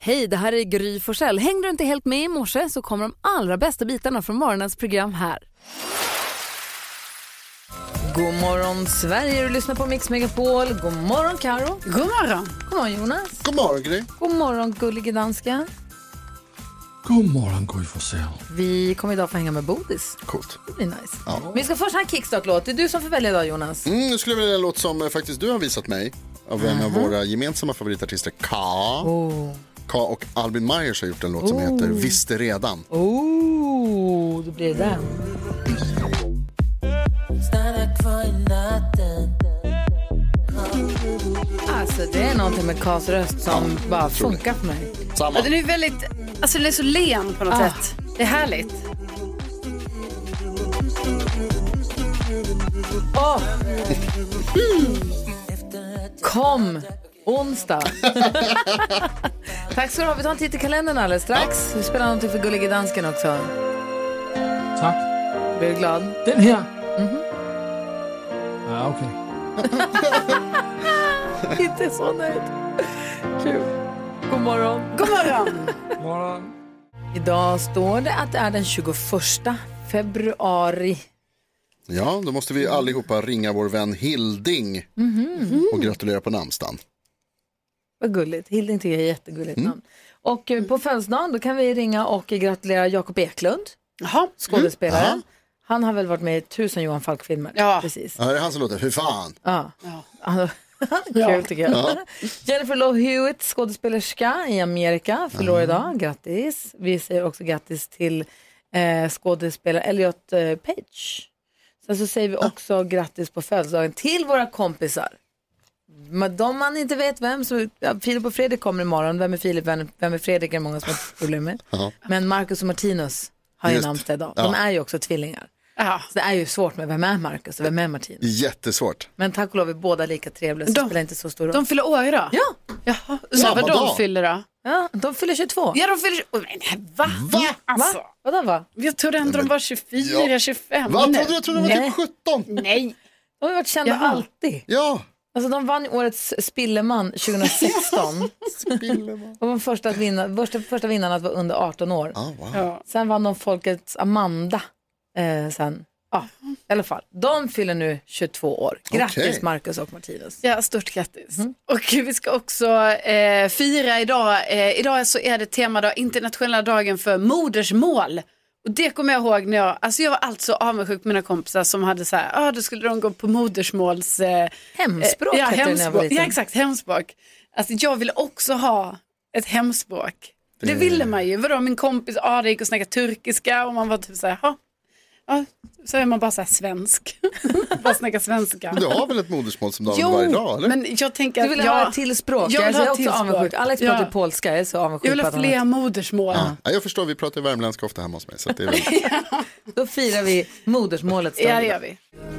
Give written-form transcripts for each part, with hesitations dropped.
Hej, det här är Gry Forssell. Hängde du inte helt med i morse så kommer de allra bästa bitarna från morgonens program här. God morgon Sverige, du lyssnar på Mix Megapol. God morgon Karo. God morgon. God morgon Jonas. God morgon Gry. God morgon gullige danska. God morgon Gry Forssell. Vi kommer idag få hänga med Bodis. Coolt. Det blir nice. Ja. Men vi ska först ha en kickstart-låt. Det är du som får välja idag Jonas. Nu skulle jag vilja en låt som faktiskt du har visat mig. Av en av våra gemensamma favoritartister Ka och Albin Myers har gjort en låt som heter Visste redan. Då blir det den. Alltså det är någonting med Kas röst som bara funkar för mig. Samma. Ja, den är väldigt, alltså den är så len på något sätt. Det är härligt. Kom onsdag. Tack ska du ha. Vi tar en titt i kalendern alldeles strax. Vi spelar någonting för gullige dansken också. Tack. Blir du glad? Den här? Ja, okej. Inte så nöjd. Kul. God morgon. God morgon. Morgon. Idag står det att det är den 21 februari. Ja, då måste vi allihopa ringa vår vän Hilding och gratulera på namnsdagen. Vad gulligt. Hilding tycker jag är jättegulligt namn. Och på födelsedagen då kan vi ringa och gratulera Jakob Eklund. Jaha. Skådespelare. Han har väl varit med i 1000 Johan Falk-filmer. Ja. Precis. Ja, det är han som låter, hur fan? Ja. Kul tycker jag. Jennifer Love Hewitt, skådespelerska i Amerika, fyller idag. Grattis. Vi säger också grattis till skådespelare Elliot Page. Sen så säger vi också grattis på födelsedagen till våra kompisar. Men de man inte vet vem, så Filip och Fredrik kommer imorgon. Vem är Filip, vem är Fredrik är många som har problem med. Men Marcus och Martinus har ju namnsdag idag. De är ju också tvillingar. Ja. Så det är ju svårt med vem är Marcus och vem är Martinus. Jättesvårt. Men tack och lov är båda lika trevliga, så det spelar inte så stor roll. De fyller år idag? Ja. Jaha. Samma Vad de dag. fyller då? Ja, de fyller 22. Ja, de fyller... Men, va? Alltså. Va? Vadå va? Jag trodde ändå de var 24, 25. Vad trodde du? Jag trodde de var Nej. typ 17. Nej. De har varit kända Jaha. alltid. Ja. Alltså de vann årets Spilleman 2016. Och var första vinnaren att vara under 18 år. Ah, wow. Ja. Sen vann de Folkets Amanda. Sen. Ja, i alla fall. De fyller nu 22 år. Grattis Okej. Marcus och Martinus. Ja, stort grattis. Och vi ska också fira idag. Idag så är det temadag, internationella dagen för modersmål. Och det kommer jag ihåg när jag var alltså avundsjuk på mina kompisar som hade så här, då skulle de gå på modersmåls... Hemspråk ja, hette det när jag var hemspråk. liten. Ja, exakt, hemspråk. Alltså jag ville också ha ett hemspråk. Det ville man ju. Vadå, min kompis Ada gick och snackade turkiska och man var typ så här, ja, så är man bara så här svensk. Bara snacka svenska. Du har väl ett modersmål som du använder varje dag, eller? Men jag tänker Du att vill ha ett till språk. Jag vill är ha också till avundsjuk. språk. Alex pratar polska. Jag är så avundsjuk. Jag vill ha på att fler han- modersmål. Ja, jag förstår, vi pratar värmländska ofta hemma hos mig. Så att det är väl... Då firar vi modersmålets dag. Ja, det gör vi.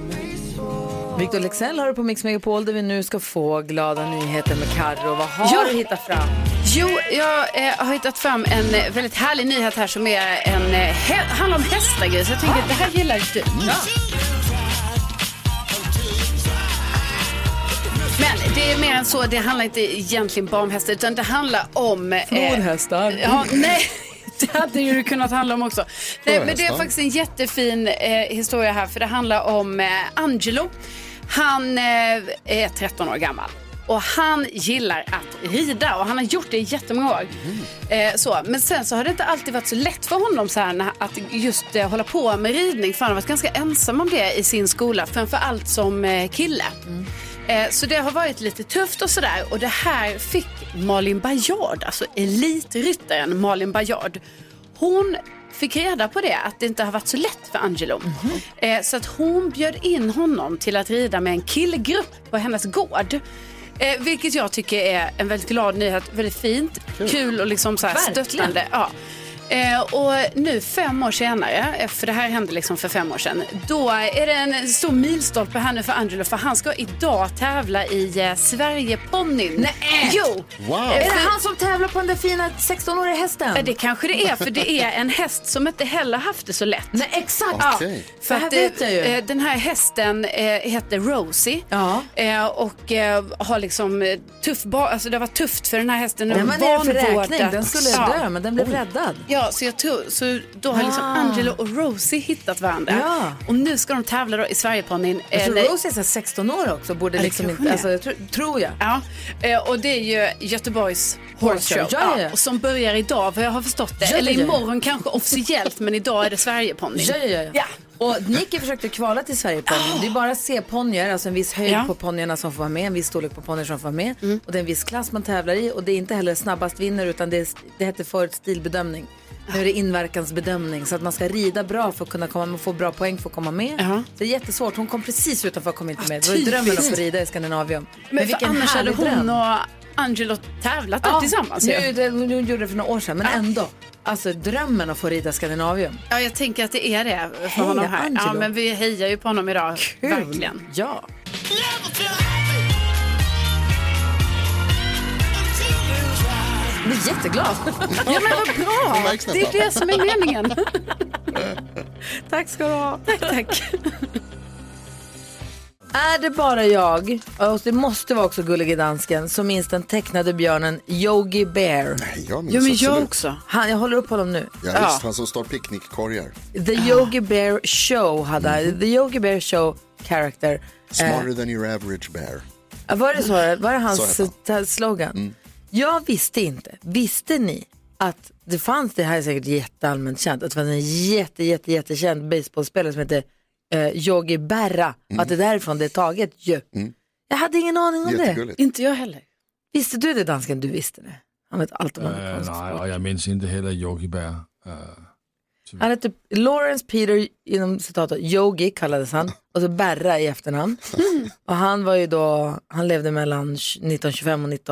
Victor Lexell har du på Mix Megapol där vi nu ska få glada nyheter med Karro. Vad har du hittat fram? Jo, jag har hittat fram en väldigt härlig nyhet här som är handlar om hästar. Så jag tänker att det här gillar du. Ja. Men det är mer än så, det handlar inte egentligen bara om hästar utan det handlar om... Flodhästar. Ja, nej, det hade ju kunnat handla om också. Nej, men det är faktiskt en jättefin historia här för det handlar om Angelo. Han är 13 år gammal. Och han gillar att rida och han har gjort det i jättemånga år. Men sen så har det inte alltid varit så lätt för honom så här, att just hålla på med ridning. För han har varit ganska ensam om det i sin skola, framförallt som kille. Så det har varit lite tufft och sådär. Och det här fick Malin Bajard, alltså elitryttaren Malin Bajard. Hon fick reda på det, att det inte har varit så lätt för Angelo. Så att hon bjöd in honom till att rida med en killgrupp på hennes gård. Vilket jag tycker är en väldigt glad nyhet, väldigt fint, kul och liksom så här stöttande. Ja. Och nu 5 år senare, för det här hände liksom för 5 år sedan, då är det en stor milstolpe här nu för Angelo, för han ska idag tävla i Sverigeponnyn. Nej! Jo! Wow. Är det han som tävlar på den där fina 16-åriga hästen? Det kanske det är, för det är en häst som inte heller haft det så lätt. Nej, exakt. Okay. Ja, för det att vet jag ju. Den här hästen heter Rosie. Ja. Och har liksom alltså det var tufft för den här hästen. Den var nere för räkning, vanvårdat. den skulle dö, men den blev räddad. Ja, så jag tror, så då har liksom Angelo och Rosie hittat varandra. Ja. Och nu ska de tävla då i Sverigeponnyn. Jag tror Rosie är så 16 år också, borde liksom inte, alltså, tror jag. Ja, och det är ju Göteborgs Horse Show. Ja. Och som börjar idag, vad jag har förstått det. Ja, eller ja. imorgon kanske officiellt, men idag är det Sverigeponnyn. Ja. Och Nicky försökte kvala till Sverigeponnyn. Det är bara C-ponjer, alltså en viss höjd på ponjerna som får vara med, en viss storlek på ponjer som får vara med. Och det är en viss klass man tävlar i, och det är inte heller snabbast vinner, utan det heter förut stilbedömning. Nu är det inverkansbedömning, så att man ska rida bra för att kunna komma med, få bra poäng för att komma med. Så det är jättesvårt. Hon kom precis utanför att komma inte med. Det var drömmen att få rida i Skandinavium. Men vilken annars hade hon och Angelo tävlat tillsammans. Hon gjorde det för några år sedan, men ändå. Alltså drömmen att få rida Skandinavium. Ja, jag tänker att det är det för honom här. Angelo. Ja, men vi hejar ju på honom idag. Kul. Verkligen. Ja. Jag är jätteglad. Ja, men vad bra. Det är det som är meningen. Tack ska du ha. Tack. Är det bara jag, och det måste vara också Gullige Dansken, som minns den tecknade björnen Yogi Bear? Nej, jag minns Ja, men absolut. jag också. Jag håller upp honom nu. Ja, visst, han som står picknickkorgar. The Yogi Bear Show hade The Yogi Bear Show character. Smarter than your average bear. Var det så? Var det hans slogan? Jag visste inte. Visste ni att det fanns, det här är säkert jätteallmänt känt, att det fanns en jättekänd baseballspelare som heter Yogi Berra, att det är därifrån det är taget ju. Jag hade ingen aning om det. Inte jag heller. Visste du det, dansken? Du visste det. Han vet allt om Nej, och jag minns inte heller Yogi Bear. Han hette Lawrence Peter, inom citatet, Yogi kallades han, och så Berra i efternamn. Och han var ju då, han levde mellan 1925 och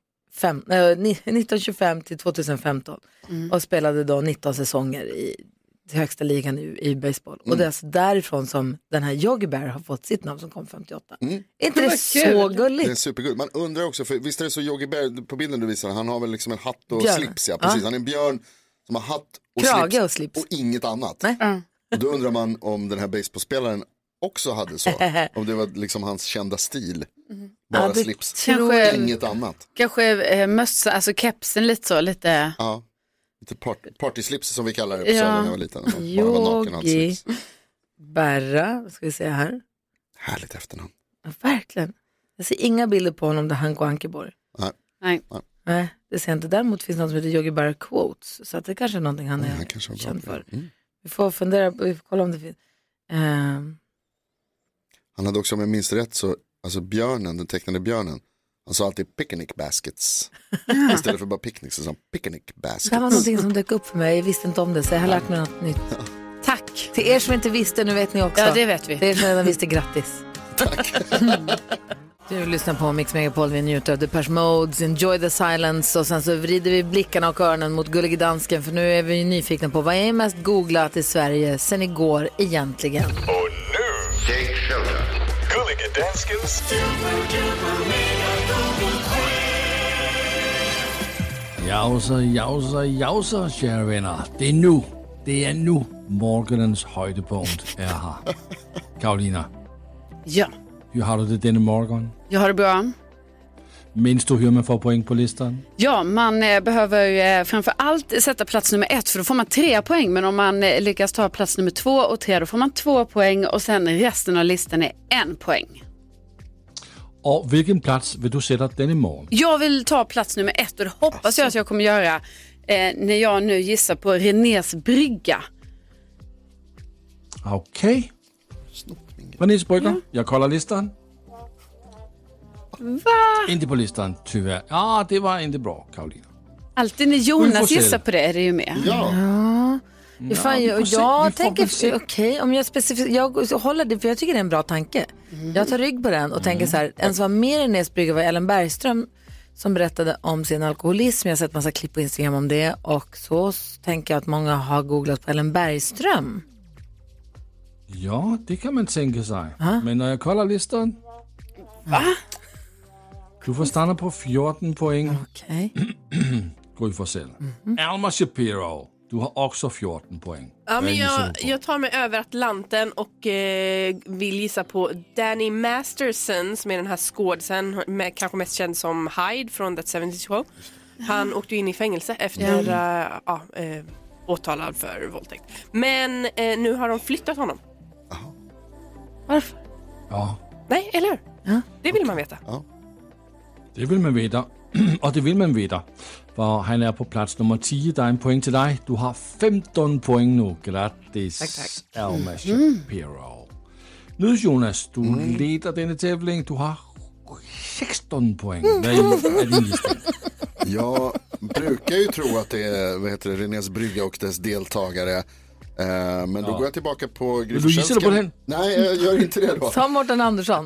1925 till 2015 och spelade då 19 säsonger i högsta ligan i baseball. Och det är alltså därifrån som den här Yogi Bear har fått sitt namn, som kom 58. Är inte det så gulligt? Det är supergulligt. Man undrar också, för visst är det så Yogi Bear på bilden du visar, han har väl liksom en hatt och björn. slips, ja precis. Han är en björn som har hatt och krage slips och och inget annat. Nej. Och då undrar man om den här baseballspelaren också hade så. Om det var liksom hans kända stil. Bara slips. Kanske, inget annat. Kanske mössa, alltså kepsen lite så, lite. Ja. Lite partyslips som vi kallar det på Söder när jag var liten. Yogi Berra, ska vi se här. Härligt efternamn. Ja, verkligen. Jag ser inga bilder på honom där han går Ankeborg. Nej. Nej, det ser jag inte. Däremot finns något som heter Yogi Berra Quotes. Så att det kanske är någonting han är känd för. Vi får fundera, vi får kolla om det finns. Han hade också, om jag minns rätt, så, alltså björnen, den tecknade björnen, han sa alltid picnic baskets. Istället för bara picknick så sa han picnic baskets. Det här var någonting som dök upp för mig. Jag visste inte om det, så jag har lärt mig något nytt. Tack. Till er som inte visste, nu vet ni också. Ja, det vet vi. Till er som redan visste, grattis. Tack. Du lyssnar på Mix Megapol, vi njuter av Depeche Modes, Enjoy the Silence, och sen så vrider vi blickarna och öronen mot Gullige Dansken, för nu är vi nyfikna på vad är mest googlat i Sverige sen igår egentligen. Och nu, Jake Shelton. Gullige Danskens Jausa, kära vänner. Det är nu morgonens höjdpunkt är här. Karolina, Ja, hur har du det denna morgon? jag har det bra. Minns du hur man får poäng på listan? Ja, man behöver ju framför allt sätta plats nummer 1, för då får man 3 poäng. Men om man lyckas ta plats nummer 2 och 3, då får man 2 poäng. Och sen resten av listan är 1 poäng. Och vilken plats vill du sätta denna morgon? Jag vill ta plats nummer 1, och det hoppas jag att jag kommer göra när jag nu gissar på Renés brygga. Okej. Renés brygga, jag kollar listan. Va? Inte på listan, tyvärr. Ja, det var inte bra, Karolina. Alltid när Jonas gissar på det är det ju med. Ja. Jag tänker, okej, om jag jag håller det, för jag tycker det är en bra tanke. Jag tar rygg på den och tänker så här, en som var mer i Renés brygga var Ellen Bergström, som berättade om sin alkoholism. Jag har sett massa klipp på Instagram om det. Och så tänker jag att många har googlat på Ellen Bergström. Ja, det kan man tänka sig. Men när jag kollar listan... Va? Du får stanna på 14 poäng. Okej. Gry Forssell. Alma Shapiro. Du har också 14 poäng. Ja, men jag tar mig över Atlanten och vill gissa på Danny Masterson som är den här skådisen, kanske mest känd som Hyde från That 70's Show. Han åkte in i fängelse efter åtalad för våldtäkt. Men nu har de flyttat honom. Varför? Ja, Nej, eller hur? Ja. Det vill man veta. det vill man veta. Och det vill man veta. För han är på plats nummer 10. Det är en poäng till dig. Du har 15 poäng nu. Grattis, Alma Shapiro. Nu Jonas, du leder denna tävling. Du har 16 poäng. Vad är din lista? Jag brukar ju tro att det är Renés brygga och dess deltagare. Men då går jag tillbaka på Gry Forssells. Du gissar på den? Nej, jag gör inte det då. Som Mårten Andersson.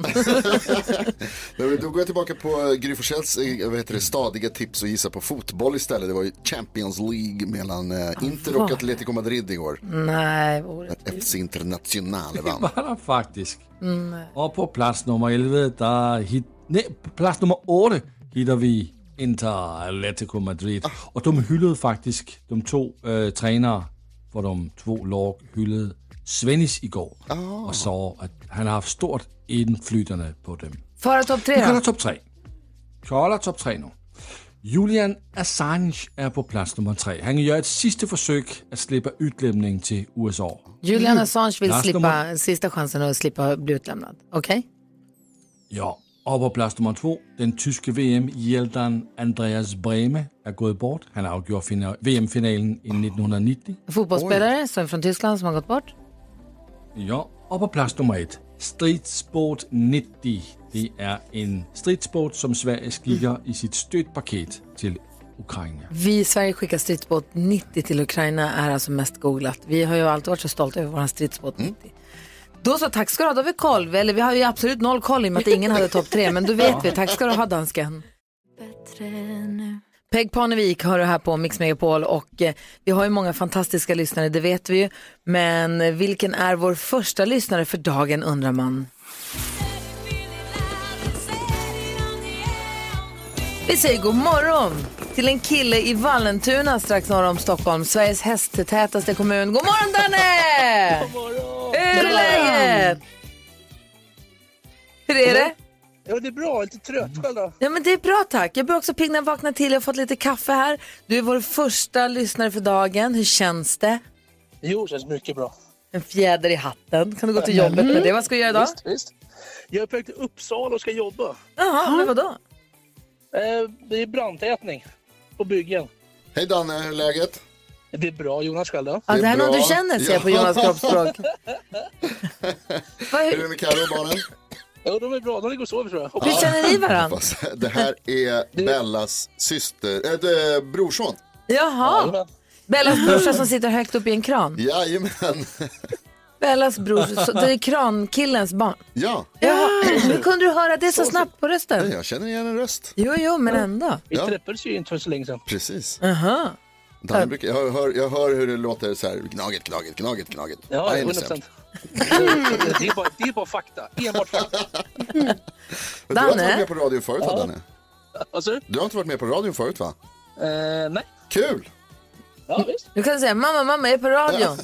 Då går jag tillbaka på Gry Forssells stadiga tips och gissa på fotboll istället. Det var ju Champions League mellan Inter och Atletico Madrid igår. Nej, FC Internationale vann. Det var faktiskt. Och på plats nummer 11, plats nummer 8 hittar vi Inter Atletico Madrid. Och de hyllade faktiskt de två tränare för de två lag hyllade Svennis igår och sa att han har haft stort inflytande på dem. Föra topp 3 då? Kolla topp 3 nu. Julian Assange är på plats nummer 3. Han gör ett sista försök att slippa utlämning till USA. Julian Assange vill slippa sista chansen att slippa bli utlämnad. Okej? Ja, och på plats nummer 2, den tyske VM-hjälten Andreas Brehme är gått bort. Han avgjort VM-finalen i 1990. Fotbollsspelare som från Tyskland som har gått bort. Ja, och på plats nummer 1, Stridssport 90. Det är en stridssport som Sverige skickar i sitt stödpaket till Ukraina. Vi i Sverige skickar stridsbåt 90 till Ukraina är alltså mest googlat. Vi har ju alltid varit så stolta över vår stridsbåt 90. Då så, tack ska du ha, då har vi koll. Eller vi har ju absolut noll koll i och med att ingen hade topp 3. Men då vet vi, tack ska du ha dansken. Peg Parnevik hör du här på Mix Megapol och vi har ju många fantastiska lyssnare, det vet vi ju. Men vilken är vår första lyssnare för dagen undrar man. Vi säger god morgon till en kille i Vallentuna strax norr om Stockholm, Sveriges hästtätaste kommun. God morgon Danne! God morgon! Hur är läget? Hur är det? Ja, det är bra. Lite trött själv då. Ja, men det är bra tack. Jag blir också pigg när jag vaknar till. Jag har fått lite kaffe här. Du är vår första lyssnare för dagen. Hur känns det? Jo, det känns mycket bra. En fjäder i hatten. Kan du gå till jobbet med det? Vad ska du göra idag? Visst. Jag är på väg till Uppsala och ska jobba. Jaha, men vadå? Det är brandtätning på byggen. Hej Danne, hur är läget? Det är bra, Jonas själv då? Ja, det här är någon du känner, ser jag på Jonas kroppsspråk. Hur är det med Karo och barnen? Ja, de är bra. De ligger och sover tror jag. Hur känner ni varandra? Det här är Bellas brorson. Jaha. Bellas brorsa som sitter högt upp i en kran. Jajamän. Bellas brorsa, det är krankillens barn. Ja. Hur kunde du höra det så snabbt på rösten? Jag känner igen en röst. Jo, men ändå. Vi träffades ju inte för så länge sedan. Precis. Aha. Jag hör hur det låter så här, knaget. Ja, 100%. Det är bara fakta. Enbart fakta. Du har inte varit med på radio förut, va, Danne? Alltså? Du har inte varit med på radio förut, va? Nej. Kul! Ja, visst. Du kan säga, mamma, jag är på radion.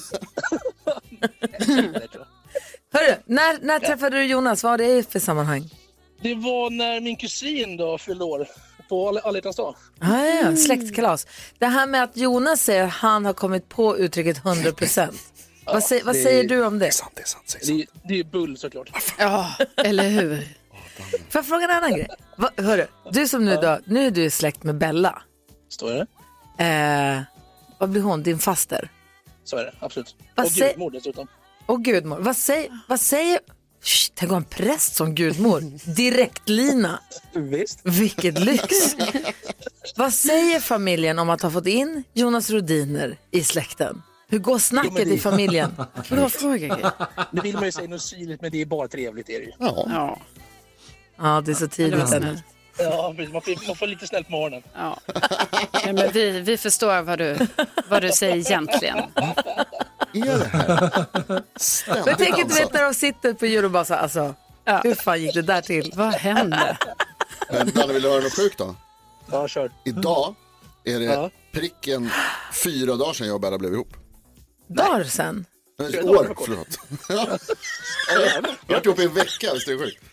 Hörru, när träffade du Jonas? Vad är det för sammanhang? Det var när min kusin då fyllde år på Alla hjärtans dag. Ja, släktkalas. Det här med att Jonas säger att han har kommit på uttrycket 100%. Vad säger du om det? Det är sant. Det är bull såklart. Ja, eller hur? Får jag fråga en annan grej? Hörru, du som nu är du släkt med Bella. Står det? Vad blir hon? Din faster? Så är det, absolut. Och gudmor dessutom. Och gudmor. Vad säger... Shh, tänk en präst som gudmor. Direktlina. Visst. Vilket lyx. Vad säger familjen om att ha fått in Jonas Rodiner i släkten? Hur går snacket i familjen? Bra fråga. Det vill man ju säga något syrligt, men det är bara trevligt är det ju. Ja. Ja, det är så tidigt ännu. Ja, man får lite snällt på morgonen. Ja. Ja, men vi förstår vad du säger egentligen. Är det här? Men jag tänker inte vet när de sitter på jul och bara så, alltså, hur fan gick det där till? Vad hände? Men Danne, vill du höra något sjukt då? Ja, kör. Idag är det pricken 4 dagar sedan jag och Bella blev ihop. Dagar sen? År, förlåt. Jag har varit ihop i en vecka, visst är det sjukt?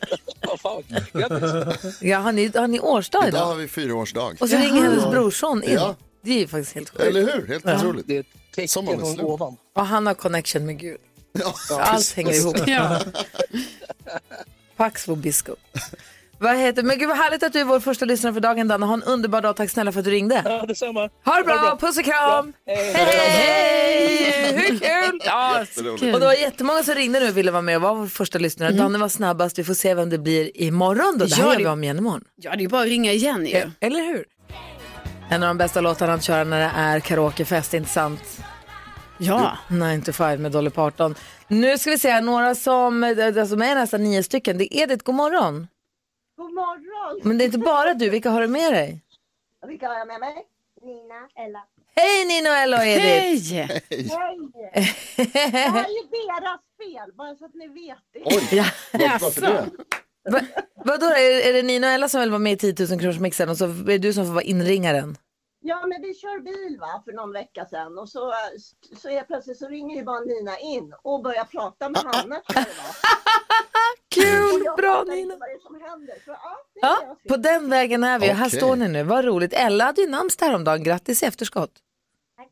Ja, har ni årsdag idag? Idag har vi 4-årsdag. Och så ringer hennes brorson in. Ja. Det är ju faktiskt helt sjukt. Eller hur? Helt otroligt. Det är ett tecken från ovan. Och han har connection med Gud. Ja, allt hänger ihop. Ja. Pax vår biskop. Men gud vad härligt att du är vår första lyssnare för dagen, Danne. Ha en underbar dag, tack snälla för att du ringde. Ja, detsamma. Ha det bra, puss och kram. Hej! Hur kul? Ja, kul. Och det var jättemånga som ringde nu och ville vara med och vara vår första lyssnare. Danne var snabbast, vi får se vem det blir imorgon då. Det här gör vi om igen imorgon. Ja, det är bara att ringa igen ju. Eller hur? En av de bästa låtarna att köra när det är karaokefest, inte sant? Ja. 9 to 5 med Dolly Parton. Nu ska vi se några som är nästan 9 stycken. Det är det, god morgon. God morgon. Men det är inte bara du, vilka har du med dig? Vilka har jag med mig? Nina, Ella. Hej Nina och Ella och Edith. Hej. Hej. Det här är ju deras fel, bara så att ni vet det. Oj, varför det? Vadå, är det Nina och Ella som vill vara med i 10 000 kronors mixen och så är det du som får vara inringaren? Ja, men vi kör bil för någon vecka sedan och så är plötsligt så ringer ju bara Nina in och börjar prata med Hanna. Kul, bra Nina. Vad det är som händer. Så, på den vägen är vi. Okay. Här står ni nu, vad roligt. Ella hade ju namnsdag häromdagen, grattis i efterskott. Tack.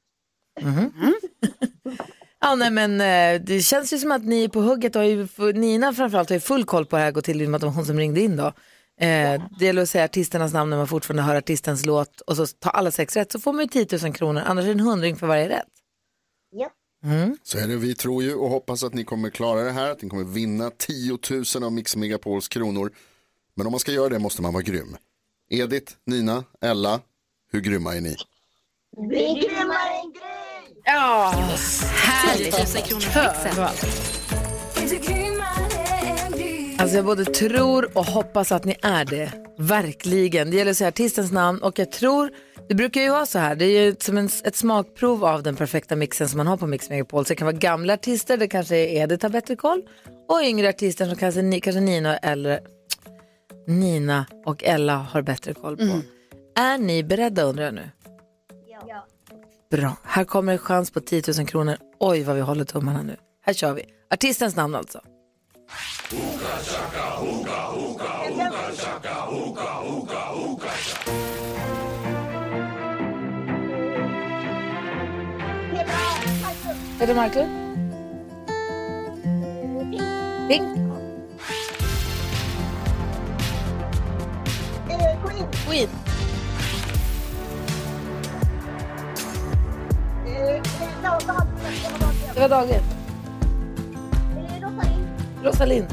Ja, nej, men det känns ju som att ni är på hugget och Nina framförallt har ju full koll på det här, gå till med att det var hon som ringde in då. Det gäller att säga artisternas namn när man fortfarande hör artistens låt och så tar alla 6 rätt så får man ju 10 000 kronor, annars är det en 100 för varje rätt. Ja. Så är det, vi tror ju och hoppas att ni kommer klara det här, att ni kommer vinna 10 000 av Mix Megapols kronor. Men om man ska göra det måste man vara grym. Edith, Nina, Ella, hur grymma är ni? Vi är grymmare än Gry! Ja, härligt. 10 000 kronor Alltså jag både tror och hoppas att ni är det. Verkligen. Det gäller att säga artistens namn och jag tror, det brukar ju vara så här, det är ju som ett smakprov av den perfekta mixen som man har på Mix Megapol. Så det kan vara gamla artister, det kanske är Edith har bättre koll. Och yngre artister som kanske Nina och Ella har bättre koll på. Är ni beredda undrar jag nu? Ja. Bra, här kommer en chans på 10 000 kronor. Oj vad vi håller tummarna nu. Här kör vi. Artistens namn alltså. Hoka chaka, hoka, hoka, hoka chaka, hoka, hoka, hoka chaka. Är det Marklund? Pink. Queen. Det var Dagen. Rosalind.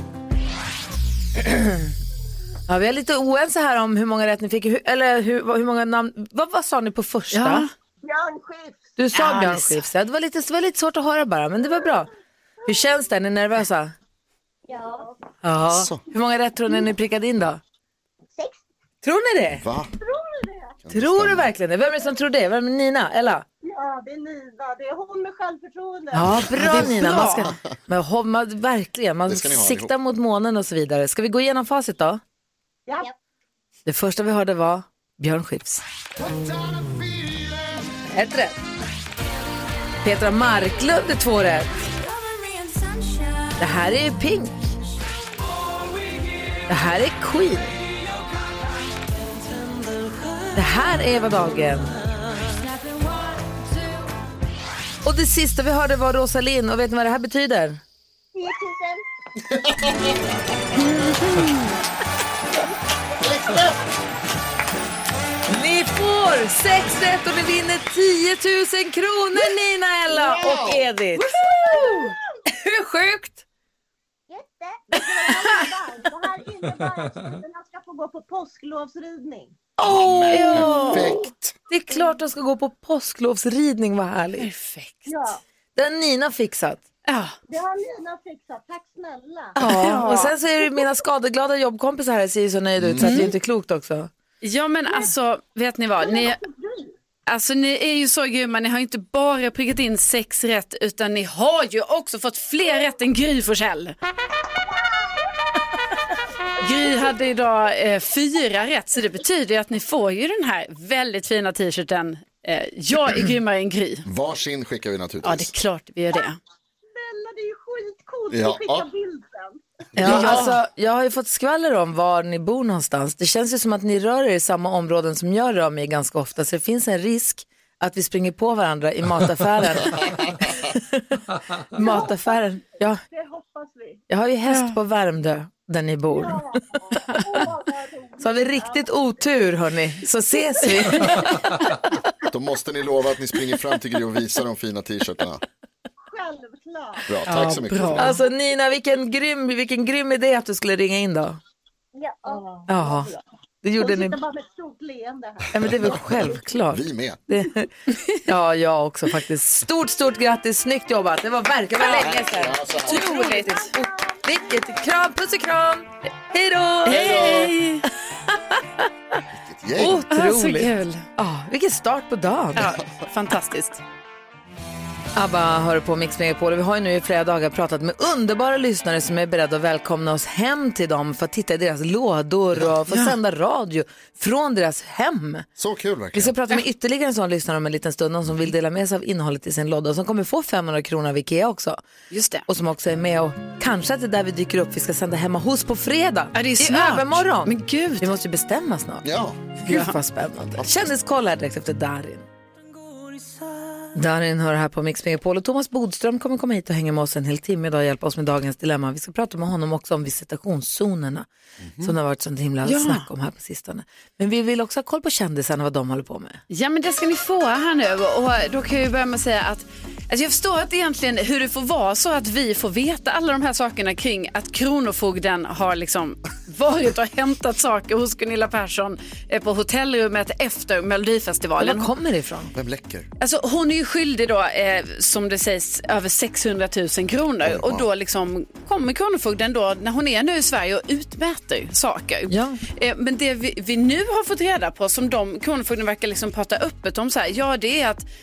Ja, vi är lite oense här om hur många rätt ni fick. Eller hur många namn. Vad sa ni på första? Ja. Björn Skifs. Du sa Björn Skifs. Det var lite svårt att höra bara, men det var bra. Hur känns det? Är ni nervösa? Ja. Ja. Hur många rätt tror ni prickade in då? 6. Tror ni det? Va? Tror du det? Tror du verkligen det? Vem är det som tror det? Vem är Nina? Ella? Ja, det är Nina. Det är hon med självförtroende. Ja, bra Nina. Man verkligen, man siktar mot månen och så vidare. Ska vi gå igenom facit då? Ja. Det första vi hörde var Björn Skifs. 1 rätt. Petra Marklund är 2 rätt. Det här är Pink. Det här är Queen. Det här är Eva Dagen. Och det sista vi hörde var Rosalind. Och vet ni vad det här betyder? 10 000. Ni får 6 rätt och ni vinner 10 000 kronor, Nina, Ella och Edith. Hur sjukt? Det här innebär att studenterna ska få gå på påsklovsridning. Perfekt. Det är klart att de ska gå på påsklovsridning, vad härligt. Perfekt. Ja. Den Nina fixat. Ja. Det har Nina fixat, tack snälla. Ja, och sen så är det mina skadeglada jobbkompisar här ser ju så nöjda ut så att det är inte klokt också. Ja, men alltså, vet ni vad? Ni är ju så grymma, ni har inte bara prickat in 6 rätt utan ni har ju också fått fler rätt än Gry Forssell. Gry hade idag 4 rätt så det betyder att ni får ju den här väldigt fina t-shirten. Jag är grymmare än Gry. Varsin skickar vi naturligtvis. Ja, det är klart vi gör det. Snälla, det är ju skitcoolt att skicka bilden. Ja, alltså, jag har ju fått skvaller om var ni bor någonstans. Det känns ju som att ni rör er i samma områden som jag rör mig ganska ofta. Så det finns en risk att vi springer på varandra i mataffären. Mataffären, ja. Det hoppas vi. Jag har ju häst på Värmdö där ni bor. Så har vi riktigt otur hörni, så ses vi. Då måste ni lova att ni springer fram till Gry och visar de fina t-shirtarna. Självklart. Bra, tack så mycket. Bra. Alltså Nina, vilken grym idé att du skulle ringa in då. Ja. Ja, det gjorde ni. Jag sitter bara med ett stort leende här. Ja, men det är väl självklart. Vi med. Ja, jag också faktiskt. Stort grattis, snyggt jobbat. Det var verkligen länge sedan. Otroligt. Vilket kram, puss och kram. Hej då. Hej! Gäng. Otroligt. kul. Vilken start på dagen. Ja, fantastiskt. ABBA hör på Mix Megapol och vi har ju nu i flera dagar pratat med underbara lyssnare som är beredda att välkomna oss hem till dem för att titta i deras lådor och få sända radio från deras hem. Så kul verkligen. Vi ska prata med ytterligare en sån lyssnare om en liten stund, någon som vill dela med sig av innehållet i sin låda och som kommer få 500 kronor av Ikea också. Just det. Och som också är med och kanske att det är där vi dyker upp. Vi ska sända hemma hos på fredag. Ja, det är i snart. övermorgon. Men gud. Vi måste ju bestämma snart. Ja. Gud vad spännande. Kändiskoll här direkt efter Darin. Darin hör här på Mix Megapol och Thomas Bodström kommer komma hit och hänga med oss en hel timme idag och hjälpa oss med dagens dilemma. Vi ska prata med honom också om visitationszonerna som det har varit sånt himla snack om här på sistone. Men vi vill också ha koll på kändisarna, vad de håller på med. Ja, men det ska ni få här nu och då kan jag ju börja med att säga att jag förstår att egentligen hur det får vara så att vi får veta alla de här sakerna kring att Kronofogden har liksom varit och hämtat saker hos Gunilla Persson på hotellrummet efter Melodifestivalen. Var kommer det ifrån? Vem läcker? Alltså hon är ju skyldig då, som det sägs, över 600 000 kronor. Och då liksom kommer Kronofogden då, när hon är nu i Sverige och utmäter saker. Ja. Men det vi nu har fått reda på, som Kronofogden verkar liksom prata öppet om så här, ja det är att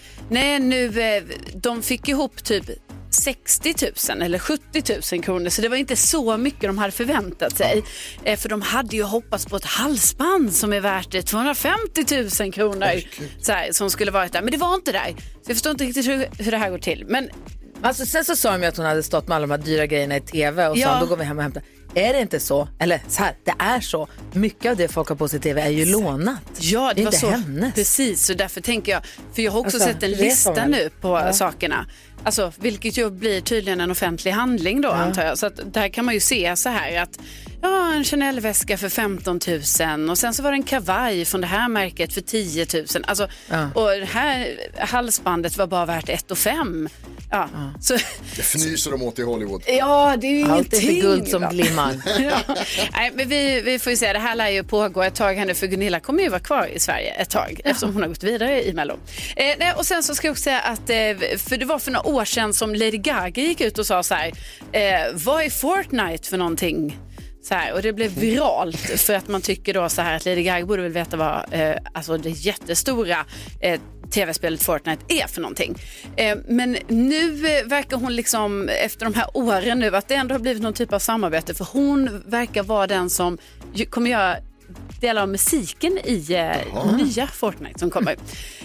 de fick ihop typ 60 000 eller 70 000 kronor, så det var inte så mycket de hade förväntat sig. För de hade ju hoppats på ett halsband som är värt 250 000 kronor så här, som skulle varit där, men det var inte där. Så jag förstår inte riktigt hur det här går till. Men alltså, sen så sa de ju att hon hade stått med alla de här dyra grejerna i tv och sa då går vi hem och hämtar. Är det inte så? Eller så här, det är så. Mycket av det folk har på sig i tv är ju lånat. Ja, det var inte så. Hennes. Precis, så därför tänker jag, för jag har också alltså, sett en lista nu på sakerna. Alltså, vilket ju blir tydligen en offentlig handling då, antar jag. Så att där kan man ju se så här att en Chanel-väska för 15 000 och sen så var det en kavaj från det här märket för 10 000. Alltså, och det här halsbandet var bara värt 1 500. Ja. Så, det fnyser de åt i Hollywood. Ja, det är ju allt ingenting. Allt är guld som glimmar. Nej, men vi får ju se, det här lär ju pågå ett tag här nu, för Gunilla kommer ju vara kvar i Sverige ett tag eftersom hon har gått vidare i Mello. Och sen så ska jag också säga att för det var för några år sedan som Lady Gaga gick ut och sa så här, vad är Fortnite för någonting? Så här, och det blev viralt för att man tycker då så här att Lady Gaga borde väl veta vad alltså det jättestora tv-spelet Fortnite är för någonting. Men nu verkar hon liksom efter de här åren nu att det ändå har blivit någon typ av samarbete, för hon verkar vara den som kommer göra delar av musiken i nya Fortnite som kommer.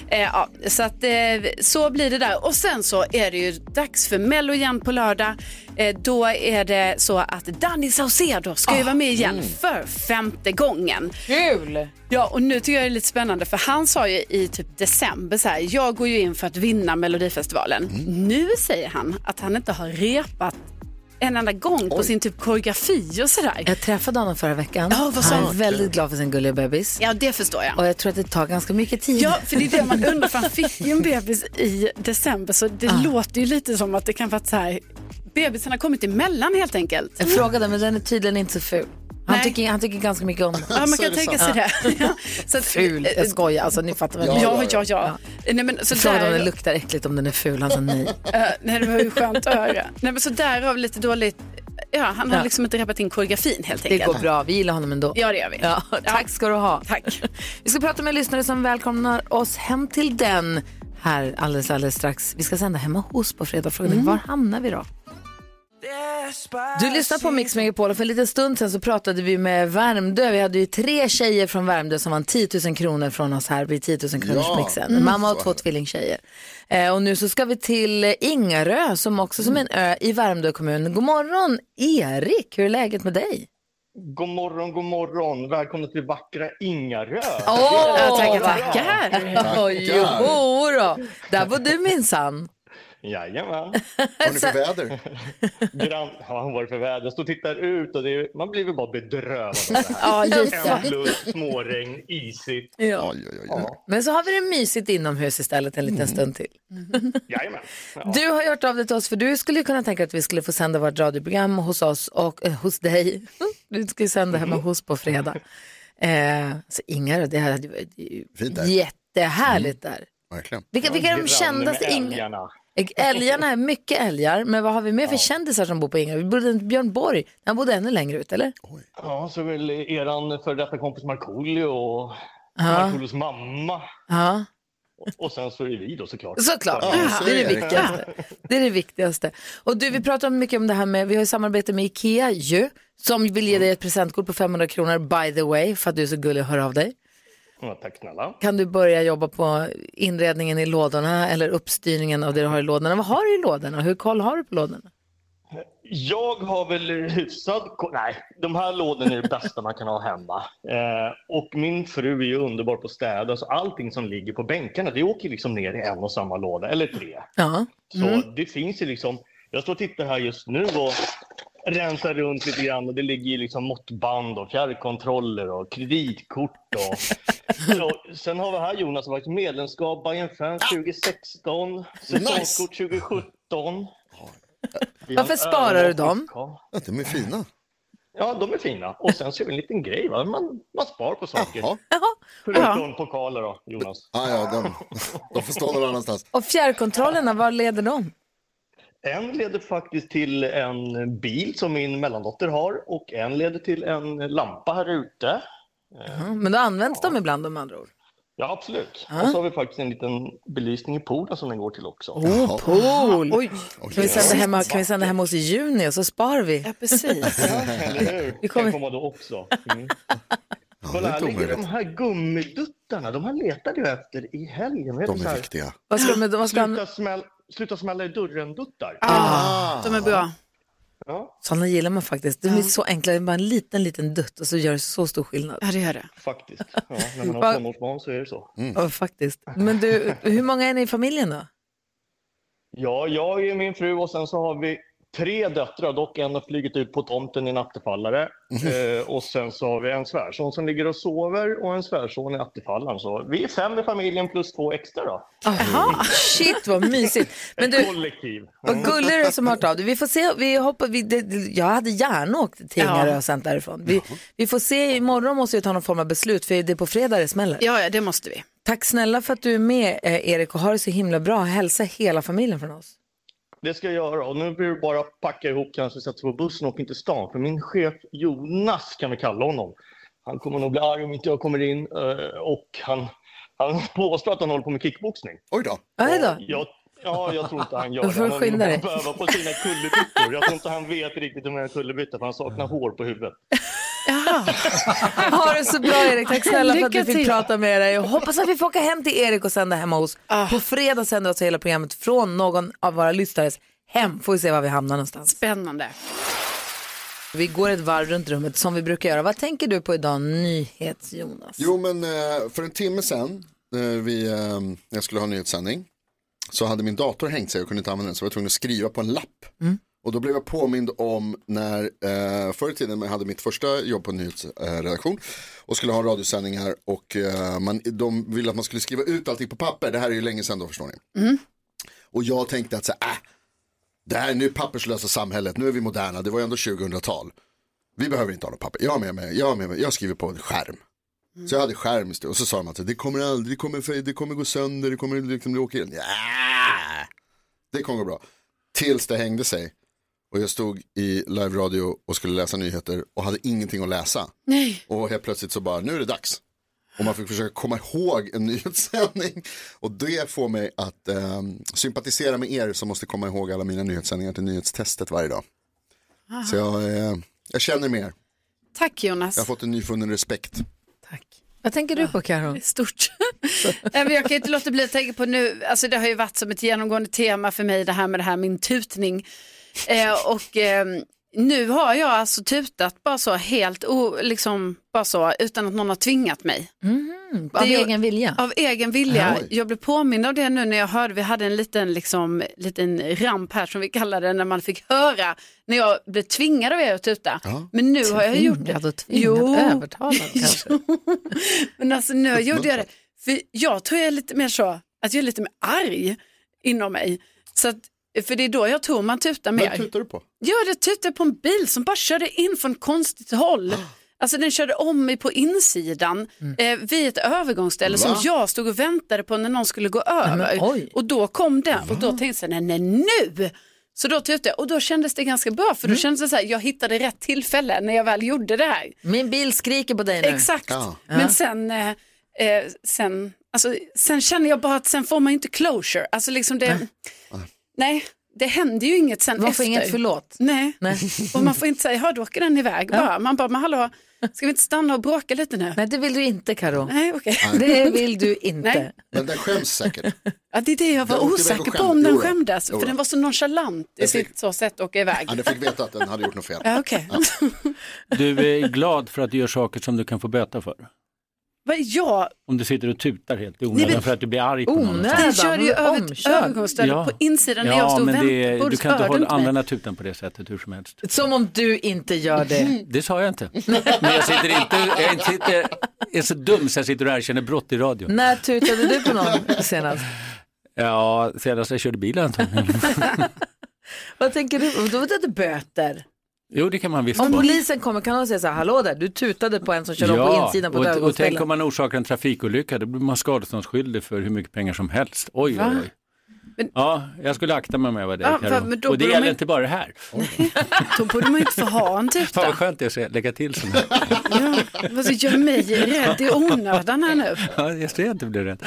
Så att så blir det där. Och sen så är det ju dags för Mello igen på lördag. Då är det så att Danny Saucedo ska ju vara med igen för 5:e gången. Kul! Ja, och nu tycker jag det är lite spännande, för han sa ju i typ december så här, jag går ju in för att vinna Melodifestivalen. Nu säger han att han inte har repat en enda gång på sin typ koreografi och sådär. Jag träffade honom förra veckan. Vad sa han? Han är väldigt glad för sin gulliga bebis. Ja, det förstår jag. Och jag tror att det tar ganska mycket tid. Ja, för det är det man undrar, för han fick ju en bebis i december, så det låter ju lite som att det kan vara så här, bebisen har kommit emellan helt enkelt. Jag frågade, men den är tydligen inte så ful. Han tycker ganska mycket om det. Ja, man kan tänka sig det. Ja. Så att, ful, jag skojar. Alltså, ni fattar väl? Ja. Nej, men så frågan om den luktar äckligt om den är ful. Alltså nej. Nej, det var ju skönt att höra. Nej, men så därav lite dåligt. Ja, han har liksom inte reppat in koreografin helt enkelt. Det går bra, vi gillar honom ändå. Ja, det gör vi. Ja, tack ska du ha. Tack. Vi ska prata med en lyssnare som välkomnar oss hem till den här alldeles strax. Vi ska sända hemma hos på fredag. Frågan var hamnar vi då? Du lyssnar på Mix Megapol och för en liten stund sen så pratade vi med Värmdö. Vi hade ju 3 tjejer från Värmdö som vann 10 000 kronor från oss här vid 10 000 kronors mixen. Mamma och 2 tvillingtjejer. Och nu så ska vi till Ingarö som också som en ö i Värmdö kommun. God morgon Erik, hur är läget med dig? God morgon. Välkommen till vackra Ingarö. Tackar. Jo då. Där var du minsann. Jajamän. Har ni för väder? Han var för väder. Jag står och tittar ut och man blir väl bara bedrövad av det här. Ja, lite. Ändlöst, småregn, isigt. Ja. Men så har vi det mysigt inomhus istället en liten stund till. Jajamän. Ja. Du har gjort av det till oss för du skulle kunna tänka att vi skulle få sända vårt radioprogram hos oss och hos dig. Du ska sända hemma hos på fredag. Så Ingar, det hade varit jättehärligt där. Verkligen. Vilka är de kändaste älgarna är mycket älgar, men vad har vi mer för kändisar som bor på Ingarö? Vi bodde Björn Borg, han bodde ännu längre ut, eller? Ja, så väl eran för detta kompis Markoolio och Markoolios mamma. Ja. Och sen så är det vi då såklart. Såklart, det är det viktigaste. Det är det viktigaste. Och du, vi pratar mycket om det här med, vi har ju samarbete med Ikea ju, som vill ge dig ett presentkort på 500 kronor by the way, för att du är så gullig och hör av dig. Ja, tack snälla. Kan du börja jobba på inredningen i lådorna eller uppstyrningen av det du har i lådorna? Vad har du i lådorna? Hur koll har du på lådorna? Jag har väl hyfsad... Nej, de här lådorna är det bästa man kan ha hemma. Och min fru är ju underbar på att städa. Så allting som ligger på bänkarna, det åker liksom ner i en och samma låda. Eller 3. Ja. Så det finns ju liksom... Jag står och tittar här just nu och rensar runt lite grann. Och det ligger ju liksom måttband och fjärrkontroller och kreditkort. Och sen har vi här Jonas varit medlemskap Bayern Fans 2016. Säsongskort 2017. Varför sparar du dem? Ja, de är fina. Ja, de är fina. Och sen så är det en liten grej, va? Man spar på saker. Jaha. Förutom pokaler då, Jonas. De får stå någon annanstans. Och fjärrkontrollerna, var leder de? En leder faktiskt till en bil som min mellandotter har. Och en leder till en lampa här ute. Men då används de ibland om andra ord? Ja, absolut. Och så har vi faktiskt en liten belysning i poolen som den går till också. Pool! Oj. Kan vi sända hemma hos i juni och så sparar vi? Ja, precis. Eller hur? Vi kommer komma då också. Kolla, här ligger de här gummiduttarna. De här letade jag efter i helgen. De är viktiga. Sluta smälla i dörren-duttar. De är bra. Ja. Sådana gillar man faktiskt. De är så enkla, det är bara en liten dutt och så gör det så stor skillnad. Ja, det gör det. Faktiskt. Ja, när man har tonårsbarn så är det så. Ja, faktiskt. Men du, hur många är ni i familjen då? Ja, jag är min fru och sen så har vi 3 döttrar, dock en har flugit ut på tomten i nattefallare. Och sen så har vi en svärson som ligger och sover och en svärson i nattefallaren. Så vi är 5 i familjen plus 2 extra då. Aha, shit vad mysigt. Men du, kollektiv. Vad gullig du är som har hört av dig. Vi får se, jag hade gärna åkt till Ingarö och sänt därifrån. Vi får se, imorgon måste vi ta någon form av beslut för det är på fredag det smäller. Ja, det måste vi. Tack snälla för att du är med Erik och har det så himla bra. Hälsa hela familjen från oss. Det ska jag göra och nu blir det bara packa ihop, kanske sätta sig på bussen och åka in till stan. För min chef Jonas kan vi kalla honom. Han kommer nog bli arg om inte jag kommer in och han påstår att han håller på med kickboxning. Oj då. Jag tror inte han gör det. Han behöver på sina kullerbyttor. Jag tror inte han vet riktigt om jag kullerbyttor för han saknar hår på huvudet. Ha det så bra Erik, tack snälla för att vi fick prata med dig och hoppas att vi får åka hem till Erik och sända hemma hos. På fredag sänder vi oss hela programmet från någon av våra lyssnares hem, får vi se var vi hamnar någonstans. Spännande. Vi går ett varv runt rummet som vi brukar göra. Vad tänker du på idag, Jonas? Jo men för en timme sedan jag skulle ha en nyhetssändning så hade min dator hängt sig, jag kunde inte använda den så jag var tvungen att skriva på en lapp. Och då blev jag påmind om när förr i tiden jag hade mitt första jobb på en nyhetsredaktion och skulle ha en radiosändning här och de ville att man skulle skriva ut allting på papper. Det här är ju länge sedan då, förstår ni. Och jag tänkte att det här är nu papperslösa samhället, nu är vi moderna, det var ju ändå 2000-tal. Vi behöver inte ha något papper. Jag med mig. Jag skriver på en skärm. Så jag hade skärm och så sa de att det kommer gå sönder, det kommer liksom bli åka in. Det kommer gå bra. Tills det hängde sig. Och jag stod i live-radio och skulle läsa nyheter och hade ingenting att läsa. Nej. Och helt plötsligt så bara, nu är det dags. Och man fick försöka komma ihåg en nyhetssändning. Och det får mig att sympatisera med er som måste komma ihåg alla mina nyhetssändningar till nyhetstestet varje dag. Aha. Så jag känner mer. Tack Jonas. Jag har fått en nyfunnen respekt. Tack. Vad tänker du på, Karo? Stort. Jag kan inte låta bli att tänka på nu, alltså det har ju varit som ett genomgående tema för mig det här min tutning. Nu har jag alltså tutat bara så helt bara så utan att någon har tvingat mig. Av egen vilja? Av egen vilja. Jag blev påmind av det nu när jag hörde, vi hade en liten ramp här som vi kallade det, när man fick höra när jag blev tvingad av er att tuta. Ja. Men nu har jag gjort det. Övertalad kanske. Men alltså nu gjorde jag det. För jag tror jag är lite mer så att jag är lite mer arg inom mig. Så att, för det är då jag tror man tutar mer. Vad tutar du på? Ja, det tutade på en bil som bara körde in från konstigt håll. Alltså den körde om mig på insidan vid ett övergångsställe som jag stod och väntade på när någon skulle gå över. Och då kom den och då tänkte jag, nej nu! Så då tutade jag och då kändes det ganska bra för då kändes det så här, jag hittade rätt tillfälle när jag väl gjorde det här. Min bil skriker på dig nu. Exakt, men sen känner jag bara att sen får man inte closure. Alltså liksom det... Nej, det händer ju inget sen efter. Man får inget förlåt. Nej. Och man får inte säga, då åker den iväg. Bara. Man bara, men hallå, ska vi inte stanna och bråka lite nu? Nej, det vill du inte, Karo. Nej, okej. Det vill du inte. Nej. Men den skäms säkert. Ja, det är det jag var osäker på om den skämdes. För den var så nonchalant i sitt så sätt att åka iväg. Ja, du fick veta att den hade gjort något fel. Ja, okej. Du är glad för att du gör saker som du kan få böta för? Om du sitter och tutar helt i onödan för att du blir arg på någon. Den körde ju över ett övergångsställe på insidan när jag stod och väntade. Du kan inte använda tutan på det sättet hur som helst. Som om du inte gör det. Det sa jag inte. Men jag är så dum så jag sitter och erkänner brott i radio. När tutade du på någon senast? Ja, senast jag körde bilen antagligen. Vad tänker du? Då vet du böter. Jo, det kan man visst. Om polisen kommer kan de säga så här, hallå där, du tutade på en som körde på insidan på ett övergångsställe. Och tänk om man orsakar en trafikolycka, då blir man skadeståndsskyldig för hur mycket pengar som helst. Oj. Men, jag skulle akta mig med vad det är. Och det gäller inte bara det här. Då borde man inte få ha en tuta. Fan vad skönt det är att lägga till sådana här. Vad gör mig rädd i onödan här nu? Ja, jag ser inte blir rädd.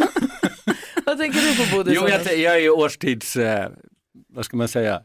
Vad tänker du på, Bodil? Jo, jag är årstids... vad ska man säga,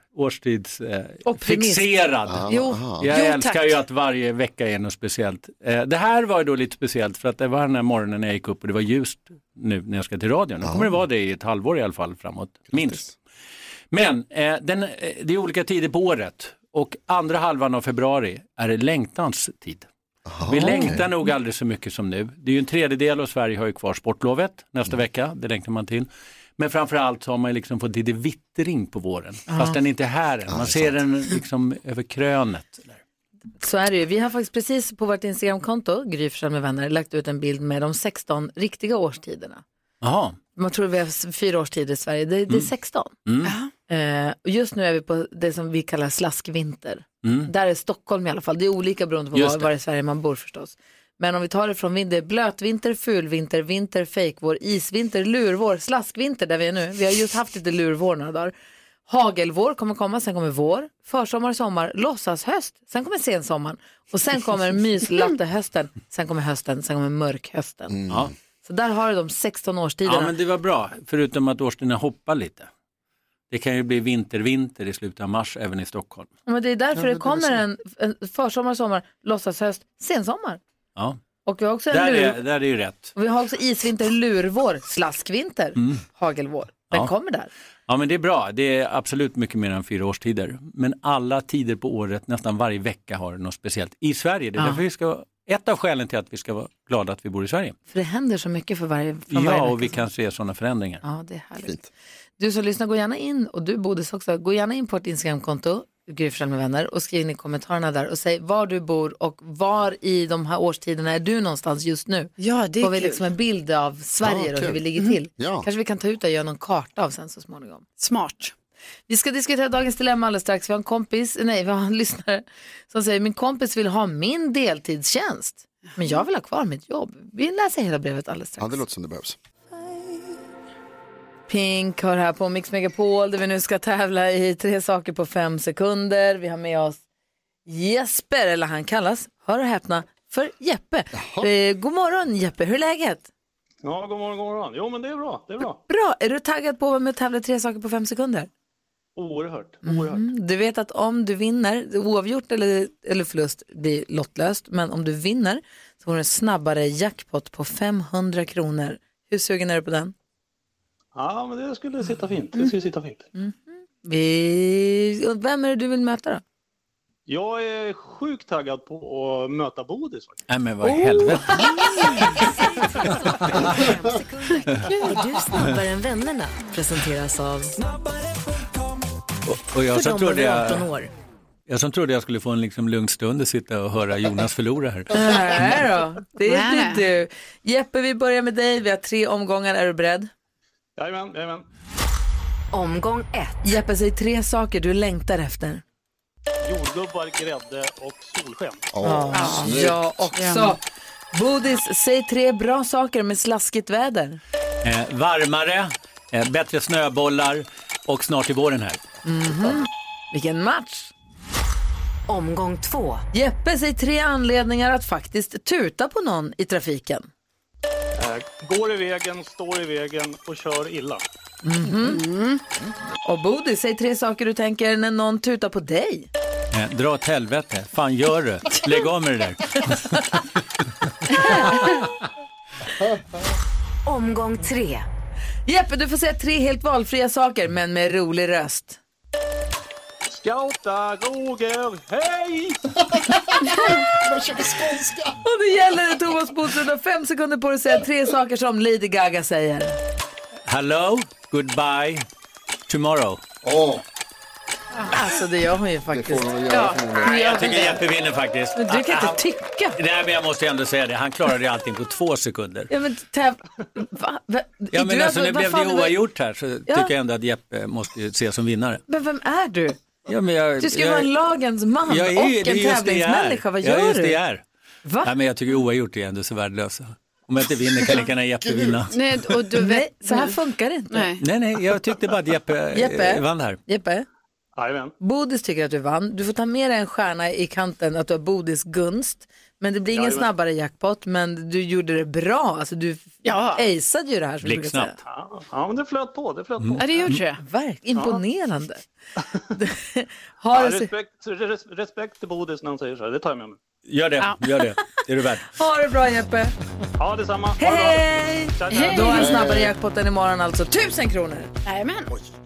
årstidsfixerad. Jag älskar ju att varje vecka är något speciellt. Det här var ju då lite speciellt för att det var den här morgonen när jag gick upp och det var ljust nu när jag ska till radion. Nu kommer det vara det i ett halvår i alla fall framåt, minst. Men det är olika tider på året och andra halvan av februari är det längtans tid. Vi längtar nog aldrig så mycket som nu. Det är ju en tredjedel av Sverige har ju kvar sportlovet nästa vecka, det längtar man till. Men framförallt så har man liksom fått lite vittring på våren. Fast den är inte här än. Man ser den liksom över krönet. Så är det ju. Vi har faktiskt precis på vårt Instagramkonto, Gry Forssell med vänner, lagt ut en bild med de 16 riktiga årstiderna. Jaha. Man tror vi har 4 årstider i Sverige. Det är 16. Och just nu är vi på det som vi kallar slaskvinter. Där är Stockholm i alla fall. Det är olika beroende på var i Sverige man bor förstås. Men om vi tar det från vinter, blötvinter, fulvinter, vinter, fejkvår, isvinter, lurvår, slaskvinter där vi är nu. Vi har just haft lite lurvår några dagar. Hagelvår kommer komma, sen kommer vår, försommar, sommar, låtsashöst, sen kommer sensommaren och sen kommer myslattehösten, sen kommer hösten, sen kommer mörkhösten. Så där har du de 16 årstiderna. Ja, men det var bra, förutom att årstiderna hoppar lite. Det kan ju bli vinter i slutet av mars även i Stockholm. Men det är därför det kommer en försommar, sommar, låtsashöst, sensommar. Ja. Och vi har också där är ju rätt. Och vi har också isvinter, lurvår, slaskvinter, hagelvår. Den kommer där. Ja, men det är bra. Det är absolut mycket mer än 4 årstider. Men alla tider på året, nästan varje vecka har något speciellt. I Sverige, det är därför ett av skälen till att vi ska vara glada att vi bor i Sverige. För det händer så mycket för varje vecka. Och vi kan se sådana förändringar. Ja, det är härligt. Fint. Du som lyssnar, gå gärna in, och du Bodis också, gå gärna in på ett Instagramkonto, Gry Forssell med vänner, och skriv in i kommentarerna där och säg var du bor och var i de här årstiderna är du någonstans just nu. Ja, det är får vi liksom en bild av Sverige och hur vi ligger till. Ja. Kanske vi kan ta ut och göra någon karta av sen så småningom. Smart. Vi ska diskutera dagens dilemma alldeles strax. Vi har en lyssnare som säger min kompis vill ha min deltidstjänst. Men jag vill ha kvar mitt jobb. Vi läser hela brevet alldeles strax. Ja, det låter som det behövs. Pink hör här på Mix Megapol där vi nu ska tävla i 3 saker på 5 sekunder. Vi har med oss Jesper, eller han kallas, hör och häpna, för Jeppe. God morgon Jeppe, hur är läget? Ja, god morgon. Jo, men det är bra. Bra, är du taggad på att vara med och tävla 3 saker på 5 sekunder? Oerhört. Du vet att om du vinner, oavgjort eller förlust blir lottlöst, men om du vinner så får du en snabbare jackpot på 500 kronor. Hur sugen är du på den? Ja, men det skulle sitta fint. Vem är det du vill möta då? Jag är sjukt taggad på att möta Bodis. Nej, men vad i helvete. Är du snabbare än vännerna? Presenteras av och jag för som de över 18 år. Jag som trodde jag skulle få en liksom lugn stund att sitta och höra Jonas förlora här. Nej då, det är du. Jeppe, vi börjar med dig. Vi har 3 omgångar. Är du beredd? Jajamän. Omgång 1. Jeppe, säg 3 saker du längtar efter. Jordgubbar, grädde och solsken. Jag också. Bodis, säg 3 bra saker med slaskigt väder. Varmare, bättre snöbollar och snart i våren här. Vilken match. Omgång 2. Jeppe, säg 3 anledningar att faktiskt tuta på någon i trafiken. Går i vägen, står i vägen och kör illa. Och Bodis, säg 3 saker du tänker när någon tutar på dig. Dra åt helvete. Fan gör du? Lägg av med det där. Omgång 3. Jeppe, du får säga 3 helt valfria saker men med rolig röst. Skauta, Roger, hej! Och det gäller Thomas Bodström. Du har 5 sekunder på dig att säga 3 saker som Lady Gaga säger. Hello, goodbye, tomorrow. Alltså det gör hon ju faktiskt. Jag tycker Jeppe vinner faktiskt. Men du kan inte tycka. Nej, men jag måste ändå säga det. Han klarade ju allting på 2 sekunder. Ja, men Ja, men alltså, nu blev det oavgjort här, så tycker jag ändå att Jeppe måste ju ses som vinnare. Men vem är du? Ja, men du ska vara en lagens man och en tävlingsmänniska. Vad gör du? Det jag är. Va? Ja, men jag tycker oavgjort är ändå så värdelösa. Om jag inte vinner kan lika gärna Jeppe vinna. Nej, och du vet, så här funkar det inte. Nej, jag tyckte bara att Jeppe vann här. Jeppe? Bodis tycker att du vann. Du får ta med dig en stjärna i kanten att du har Bodis gunst. Men det blir ingen snabbare jackpot. Men du gjorde det bra. Alltså du aceade ju det här. Blixtsnabbt. Ja, men det flöt på. Ja, det gjorde det. Verkligen imponerande. Respekt till Bodis när han säger så här. Det tar jag med mig. Gör det. Det är du värd. Ha det bra Jeppe. Ja, detsamma. Hej! Då är snabbare jackpotten imorgon alltså 1000 kronor. Jajamän.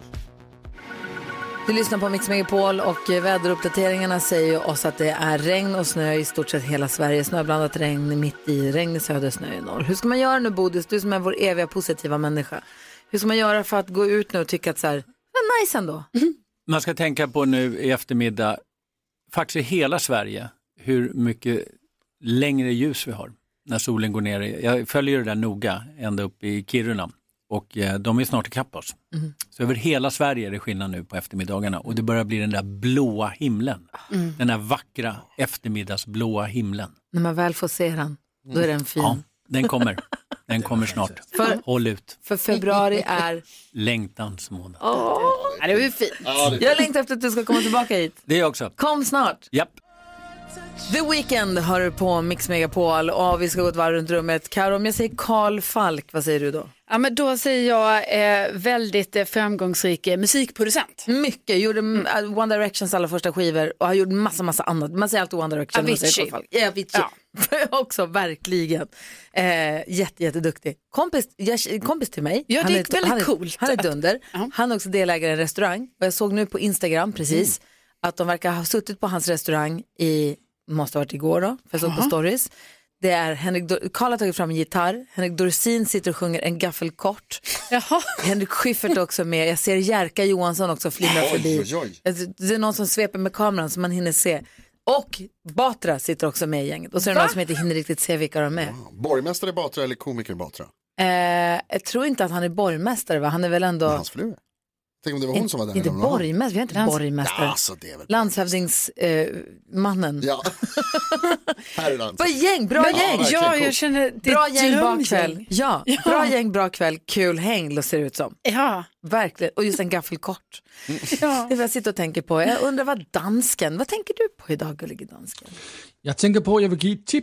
Du lyssnar på Mix Megapol och väderuppdateringarna säger oss att det är regn och snö i stort sett hela Sverige. Snöblandat regn mitt i, regn i söder, snö i norr. Hur ska man göra nu Bodis, du som är vår eviga positiva människa? Hur ska man göra för att gå ut nu och tycka att så här, är nice ändå? Man ska tänka på nu i eftermiddag, faktiskt i hela Sverige, hur mycket längre ljus vi har när solen går ner. Jag följer det där noga ända upp i Kiruna. Och de är snart ikapp oss. Så över hela Sverige är det skillnad nu på eftermiddagarna. Och det börjar bli den där blåa himlen. Den där vackra eftermiddagsblåa himlen. När man väl får se den, då är den fin. Ja, den kommer. Den kommer snart. Håll ut. För februari är... längtans månad. Ja, det är fint. Jag längtar efter att du ska komma tillbaka hit. Det är jag också. Kom snart. Japp. The Weeknd har du på Mix Megapol och vi ska gå ett varv runt rummet. Karo, om jag säger Carl Falk, vad säger du då? Ja, men då säger jag väldigt framgångsrik musikproducent. Mycket. Gjorde One Directions alla första skivor och har gjort massa annat. Man säger alltid One Direction. Avicii. Avicii. Ja. Också, verkligen. Jätteduktig. Kompis till mig. Ja, det är väldigt coolt. Han är dunder. Han är också delägare i en restaurang. Och jag såg nu på Instagram precis att de verkar ha suttit på hans restaurang måste ha varit igår då, för jag såg på stories. Det är Carl har tagit fram en gitarr. Henrik Dorsin sitter och sjunger en gaffelkort. Henrik Schyffert också med. Jag ser Jerka Johansson också flimra förbi. Det är någon som sveper med kameran så man hinner se. Och Batra sitter också med i gänget. Och så är det någon som inte hinner riktigt se vilka de är. Borgmästare Batra eller komiker Batra? Jag tror inte att han är borgmästare, va? Han är väl ändå... Hans fru? Tänk om det var hon som var där. Inte borgmästare, vi har inte borgmästare. Ja, alltså, det är väl... Landshövdingsmannen. Ja. Här är det Vad gäng, bra gäng. Ja, jag känner det. Bra gäng, bra kväll. Ja, bra gäng, bra kväll. Kul häng, ser det ut som. Ja. Verkligen, och just en gaffelkort. Ja. Det är vad jag sitter och tänker på. Jag undrar vad tänker du på idag, gullige dansken? Jag tänker på, jag vill ge ett tip.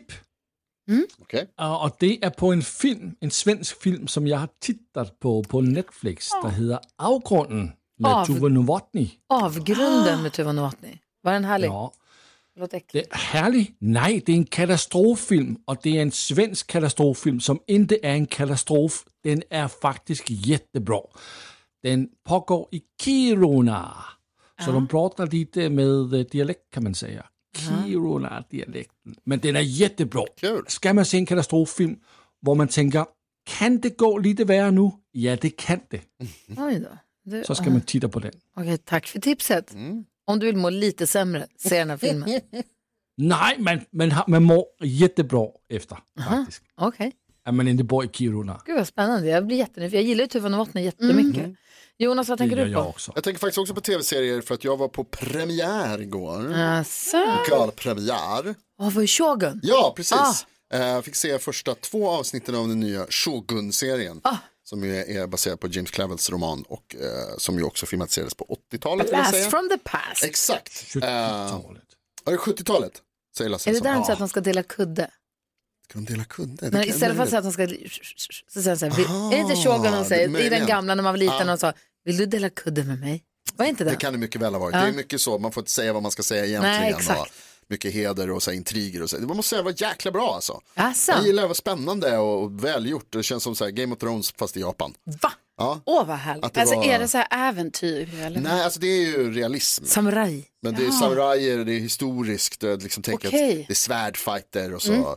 Okay. Och det är på en svensk film som jag har tittat på Netflix. Der heter Avgrunden med Tuva Novotny. Avgrunden med Tuva Novotny. Var den härlig? Ja. Det är härlig. Nej, det är en katastroffilm. Och det är en svensk katastroffilm som inte är en katastrof. Den är faktiskt jättebra. Den pågår i Kiruna. Så de pratar lite med dialekt, kan man säga. Kiruna-dialekten. Men den är jättebra. Kul. Ska man se en katastroffilm där man tänker, kan det gå lite värre nu? Ja, det kan det. Oj då. Så ska man titta på den. Okej, tack för tipset. Om du vill må lite sämre, se den här filmen. Nej, man mår jättebra efter, faktiskt. Okej. Att man inte bor i Kiruna. Gud vad spännande, jag blir jättenyfiken. Jag gillar ju Tuva Novotny jättemycket. Jonas, vad tänker du på? Jag tänker faktiskt också på tv-serier för att jag var på premiär igår. Asså. Galpremiär. Var det Shogun? Ja, precis. Jag fick se första 2 avsnitten av den nya Shogun-serien. Som ju är baserad på James Clavels roman och som ju också filmatiserades på 80-talet. Blast from the past. Exakt. 70-talet. Är det 70-talet? Säger Lasse. Är det där de säger att de ska dela kudde? Ska de dela kudde? Men istället för att säga att de ska... Så säger de så här, är det inte Shogun de säger? I den gamla när man var liten och sa, vill du dela kudde med mig? Var inte det? Det kan det mycket väl ha varit. Det är mycket så, man får inte säga vad man ska säga egentligen. Nej, exakt. Mycket heder och så här, intriger och så. Man måste säga det var jäkla bra alltså. Asså. Jag gillar det, var spännande och välgjort. Det känns som så här, Game of Thrones fast i Japan. Va? Ja. Vad härligt. Alltså är det så här äventyr? Eller? Nej, alltså det är ju realism. Samurai. Men det är samurajer, det är historiskt. Det är liksom tänker att det är svärdfighter och så.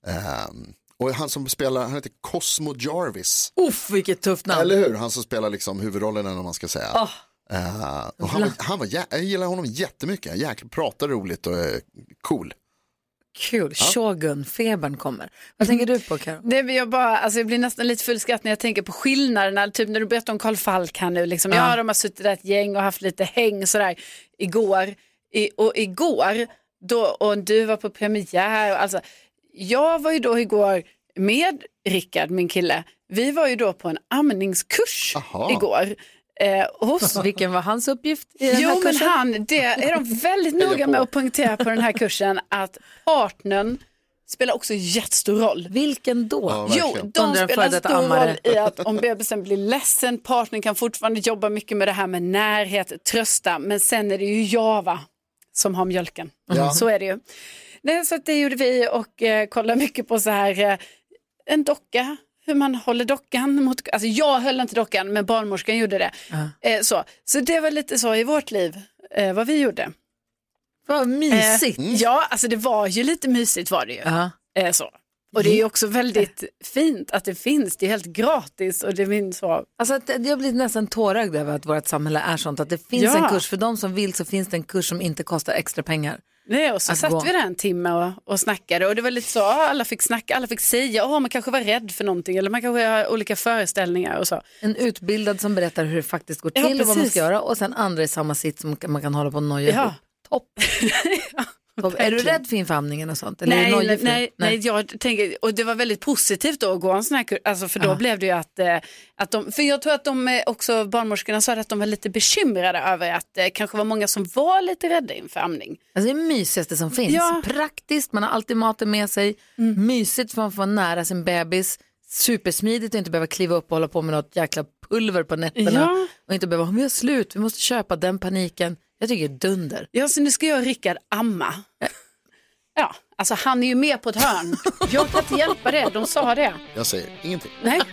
Och han som spelar, han heter Cosmo Jarvis. Vilket tufft namn. Eller hur? Han som spelar liksom huvudrollen, om man ska säga. Och jag gillar honom jättemycket. Jäkligt pratar roligt och är cool. Kul, Shogun-febern kommer. Vad tänker du på, Karo? Jag blir nästan lite full skratt när jag tänker på skillnaderna. Typ när du berättar om Carl Falk här nu. Liksom. Ja, de har suttit där ett gäng och haft lite häng sådär igår. Igår, och du var på premiär. Alltså, jag var ju då igår med Rickard, min kille. Vi var ju då på en amningskurs igår. Vilken var hans uppgift i den här kursen? Men det är de väldigt noga med att poängtera på den här kursen att partnern spelar också jättestor roll. Vilken då? De spelar stor roll i att om bebisen blir ledsen, partnern kan fortfarande jobba mycket med det här med närhet, trösta, men sen är det ju jag som har mjölken. Så är det ju. Nej, så det gjorde vi och kollade mycket på så här en docka. Hur man håller dockan mot... Alltså jag höll inte dockan, men barnmorskan gjorde det. Så det var lite så i vårt liv, vad vi gjorde. Vad mysigt. Ja, alltså det var ju lite mysigt var det ju. Så. Och det är ju också väldigt fint att det finns. Det är helt gratis och det minns så. Alltså jag blir nästan tårögd över att vårt samhälle är sånt. Att det finns en kurs för de som vill, så finns det en kurs som inte kostar extra pengar. Nej, och så satt vi där en timme och snackade och det var lite så, alla fick snacka, alla fick säga, man kanske var rädd för någonting eller man kanske har olika föreställningar och så. En utbildad som berättar hur det faktiskt går till och vad man ska göra och sen andra i samma sitt som man kan hålla på och noja ihop. Topp. Är du rädd för infamningen och sånt? Eller nej, jag tänker, och det var väldigt positivt då att gå en sån här kurs, alltså för då blev det ju att de, för jag tror att de också, barnmorskorna sa att de var lite bekymrade över att det kanske var många som var lite rädda inför amning. Alltså det är mysigaste som finns, praktiskt, man har alltid maten med sig, mysigt för att få nära sin bebis, supersmidigt att inte behöva kliva upp och hålla på med något jäkla pulver på nätterna och inte behöva, vi har slut, vi måste köpa den paniken. Jag tycker det är dunder. Ja, så nu ska jag och Rickard amma. Ja, alltså han är ju med på ett hörn. Jag kan inte hjälpa det, de sa det. Jag säger ingenting. Nej.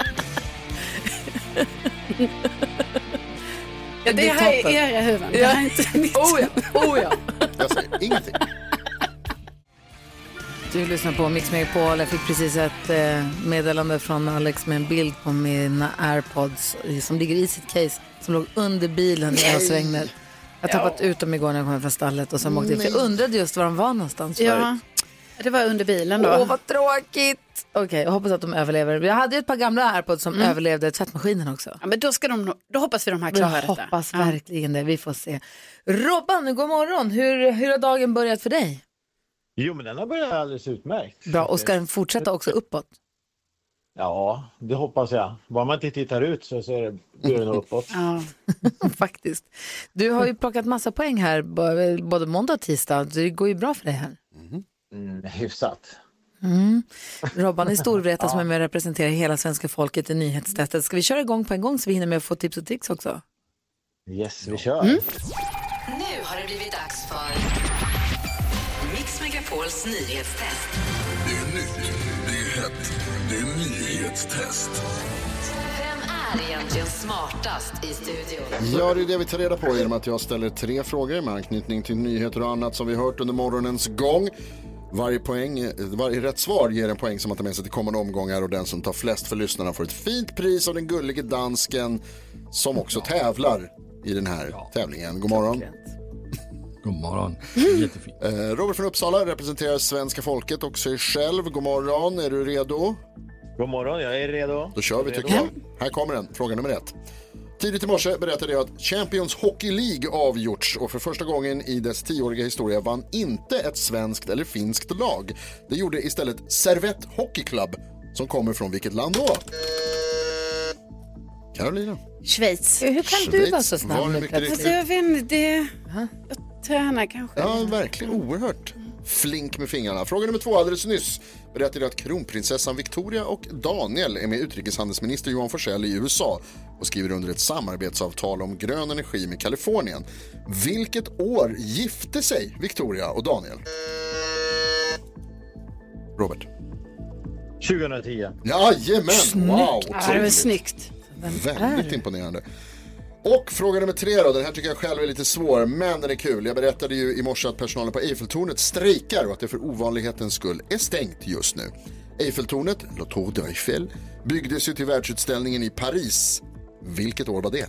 Det här är era huvuden. Det här är inte mitt. Oh ja. Jag säger ingenting. Du lyssnar på Mix Megapol. Jag fick precis ett meddelande från Alex med en bild på mina AirPods som ligger i sitt case som låg under bilen i Ösregnet. Jag har tappat ut dem igår när jag kom från stallet och sen åkte jag undrade just var de var någonstans förut. Det var under bilen då. Vad tråkigt. Okej, jag hoppas att de överlever. Jag hade ju ett par gamla AirPods som överlevde tvättmaskinen också. Ja, men då hoppas vi de här klarar detta. Jag hoppas verkligen det, vi får se. Robban, god morgon. Hur har dagen börjat för dig? Jo, men den har börjat alldeles utmärkt. Bra, och ska den fortsätta också uppåt? Ja, det hoppas jag. Bara man inte tittar ut så blir det nog uppåt. Ja, faktiskt. Du har ju plockat massa poäng här, både måndag och tisdag. Det går ju bra för dig här. Hyfsat. Robban är Storvreta som är med och representerar hela svenska folket i nyhetstestet. Ska vi köra igång på en gång så vi hinner med att få tips och tricks också? Yes, vi kör. Nu har det blivit dags för Mix Megapols nyhetstest. Det är nytt, det är hett, det är nyhetstest. Vem är egentligen smartast i studion? Ja, det är det vi tar reda på genom att jag ställer 3 frågor med anknytning till nyheter och annat som vi hört under morgonens gång. Varje rätt svar ger en poäng som man tar med sig till kommande omgångar, och den som tar flest för lyssnarna får ett fint pris av den gullige dansken som också tävlar i den här tävlingen. God morgon. God morgon. Jättefint. Robert från Uppsala representerar svenska folket och sig själv. God morgon, är du redo? God morgon, jag är redo. Då kör vi tycker jag. Här kommer den, fråga nummer 1. Tidigt i morse berättade jag att Champions Hockey League avgjorts och för första gången i dess 10-åriga historia vann inte ett svenskt eller finskt lag. Det gjorde istället Servette Hockey Club som kommer från vilket land då? Carolina. Schweiz. Hur kan du vara så snabb nu? Jag vet inte, jag tränar kanske. Ja, verkligen oerhört flink med fingrarna. Fråga nummer 2, alldeles nyss berättade att kronprinsessan Victoria och Daniel är med utrikeshandelsminister Johan Forssell i USA och skriver under ett samarbetsavtal om grön energi med Kalifornien. Vilket år gifte sig Victoria och Daniel? Robert. 2010. Jajamän, wow. Det var snyggt. Väldigt imponerande. Och fråga nummer 3 då, den här tycker jag själv är lite svår, men den är kul. Jag berättade ju i morse att personalen på Eiffeltornet strejkar och att det för ovanlighetens skull är stängt just nu. Eiffeltornet, Le Tour d'Eiffel, byggdes ju till världsutställningen i Paris. Vilket år var det?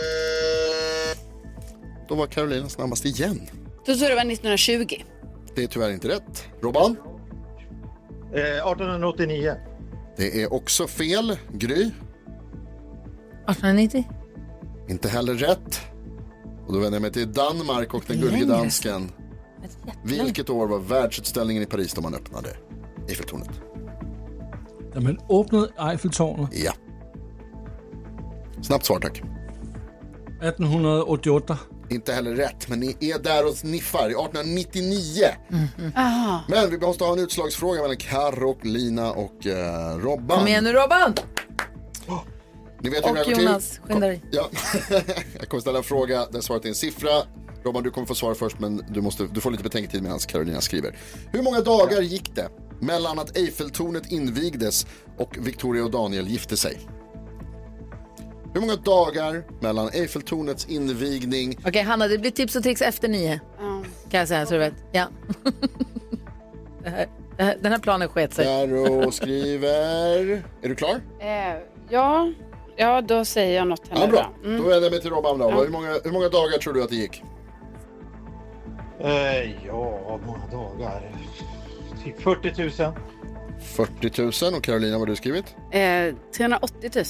Då var Carolina snabbast igen. Då tror jag det var 1920. Det är tyvärr inte rätt. Robban? 1889. Det är också fel. Gry? 1890. Inte heller rätt. Och då vänder jag mig till Danmark och den gullige dansken. Vilket år var världsutställningen i Paris då man öppnade Eiffeltornet? När man öppnade Eiffeltornet? Ja. Snabbt svar, tack. 1888. Inte heller rätt, men ni är där och sniffar. 1899. Men vi måste ha en utslagsfråga mellan Karo och Lina och Robban. Kom igen nu, Robban! Ni vet och Jonas, skynda dig. Ja. Jag kommer ställa en fråga där svaret är en siffra. Robban, du kommer få svara först, men du får lite betänketid medan Carolina skriver. Hur många dagar gick det mellan att Eiffeltornet invigdes och Victoria och Daniel gifte sig? Hur många dagar mellan Eiffeltornets invigning... Okej, Hanna, det blir tips och tricks efter 9. Kan jag säga, så du vet. Ja. Den här planen sket sig. Karo skriver... Är du klar? Ja, då säger jag något här. Ja, bra. Då vänder jag mig till Robban då. Hur många dagar tror du att det gick? Många dagar. Typ 40 000. 40 000. Och Carolina, vad har du skrivit? 380 000.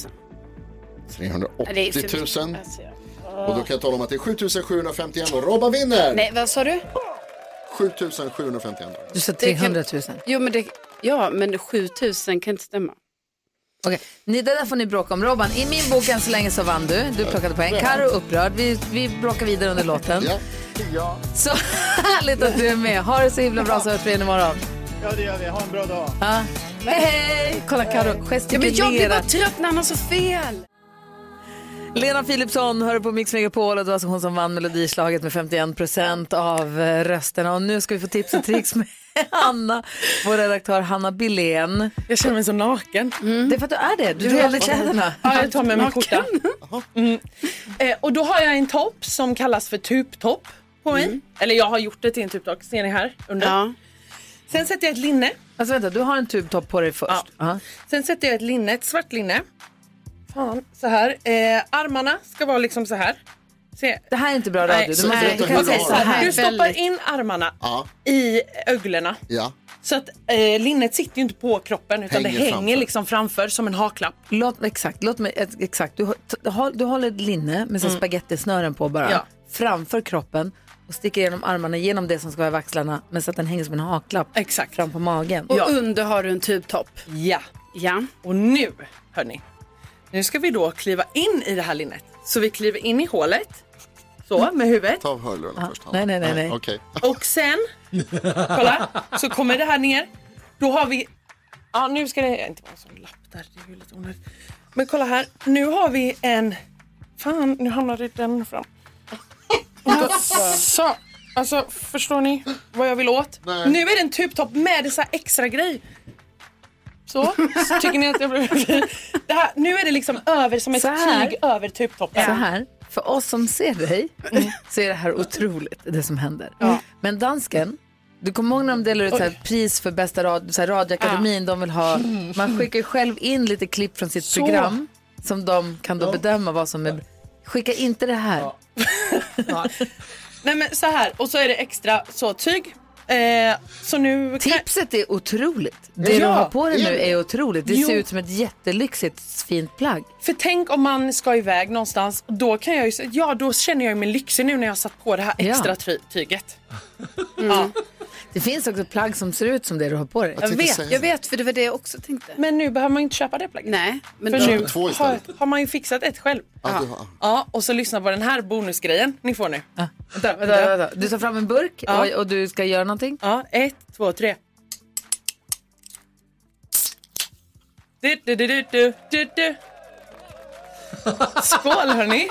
380 000. Och då kan jag tala om att det är 7751 och Robban vinner. Nej, vad sa du? 7751. Du sa 300 000. Jo, men 7000 kan inte stämma. Okej, det där får ni bråka om. Robban, i min bok än så länge så vann du. Du plockade poäng. Karo upprörd. Vi bråkar vidare under låten. Ja. Så härligt att du är med. Ha det så himla bra, så hörs vi igen imorgon. Ja, det gör vi. Ha en bra dag. Hej! Kolla Karo, gestikulerar. Jag blir bara trött när han har så fel. Lena Philipsson hör på Mix Megapol, och det var alltså hon som vann melodislaget med 51% av rösterna. Och nu ska vi få tips och tricks med Anna, vår redaktör Hanna Billén. Jag känner mig så naken. Det är för att du är det. Du har aldrig kläderna. Ja, jag tar med min skjorta. Och då har jag en topp som kallas för tubtopp på mig. Eller jag har gjort det till en tubtopp. Ser ni här under? Ja. Sen sätter jag ett linne. Alltså vänta, du har en tubtopp på dig först. Ja. Sen sätter jag ett linne, ett svart linne. Så här. Armarna ska vara liksom så här. Se. Det här är inte bra radio. Du stoppar in armarna i öglorna. Ja. Så att linnet sitter ju inte på kroppen utan hänger det hänger framför. Liksom framför som en haklapp. Exakt. Du håller ett linne med spagettisnören på bara framför kroppen och sticker igenom armarna genom det som ska vara i axlarna, men så att den hänger som en haklapp fram på magen. Och under har du en tubtopp. Ja. Och nu, hörni. Nu ska vi då kliva in i det här linnet. Så vi kliver in i hålet. Så, med huvudet. Ta av hörlurarna först. Nej. Okay. Och sen, kolla, så kommer det här ner. Då har vi, nu ska det inte vara en sån lapp där, det är ju lite onödigt. Men kolla här, nu har vi en, nu hamnade den fram. Så, alltså förstår ni vad jag vill åt? Nej. Nu är det en tubtopp med så här extra grej. Så tycker ni att jag blir det här, nu är det liksom över som ett tyg över tubtoppen. Så här, för oss som ser dig så är det här otroligt, det som händer. Men dansken, du kommer ihåg när de delar ut så här pris för bästa radioakademin, de vill ha, man skickar ju själv in lite klipp från sitt program som de kan då bedöma vad som är, skicka inte det här. Nej men så här, och så är det extra så tyg. Så nu tipset är otroligt. Det du har på dig nu är otroligt. Det ser ut som ett jättelyxigt fint plagg. För tänk om man ska iväg någonstans, då kan jag ju då känner jag mig lyxig nu när jag har satt på det här extra tyget. Det finns också plagg som ser ut som det du har på dig. Jag vet, för det var det jag också tänkte. Men nu behöver man inte köpa det plagget. Nej, men för nu har man ju fixat ett själv. Och så lyssna på den här bonusgrejen ni får nu. Vänta. Du tar fram en burk och du ska göra någonting. 1, 2, 3. Du. Skål hörni.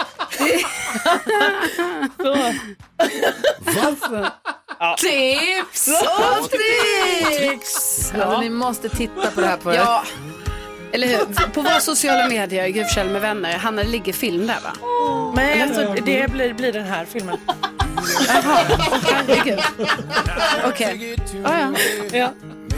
Tips och tricks. Ni måste titta på det här på eller hur? På våra sociala medier, Gry Forssell med vänner, Hanna, det ligger film där va? Men alltså, det blir den här filmen. Jaha, herregud. Okej. Ja.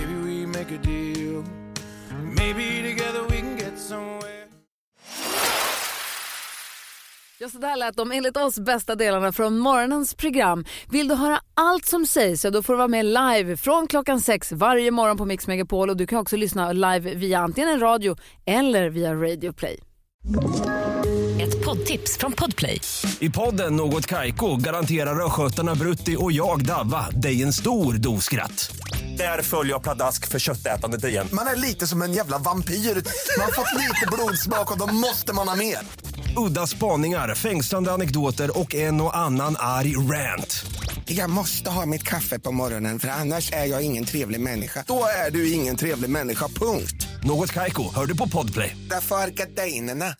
Ja, så där lät de enligt oss bästa delarna från morgonens program. Vill du höra allt som sägs så då får du vara med live från 6:00 varje morgon på Mix Megapol. Och du kan också lyssna live via antingen en radio eller via Radio Play. Ett poddtips från Podplay. I podden Något Kaiko garanterar röskötarna Brutti och jag Davva dig en stor doskratt. Där följer jag pladask för köttätandet igen. Man är lite som en jävla vampyr. Man har fått lite blodsmak och då måste man ha mer. Udda spaningar, fängslande anekdoter och en och annan arg rant. Jag måste ha mitt kaffe på morgonen för annars är jag ingen trevlig människa. Då är du ingen trevlig människa, punkt. Något Kaiko, hör du på Podplay. Därför är gardinerna.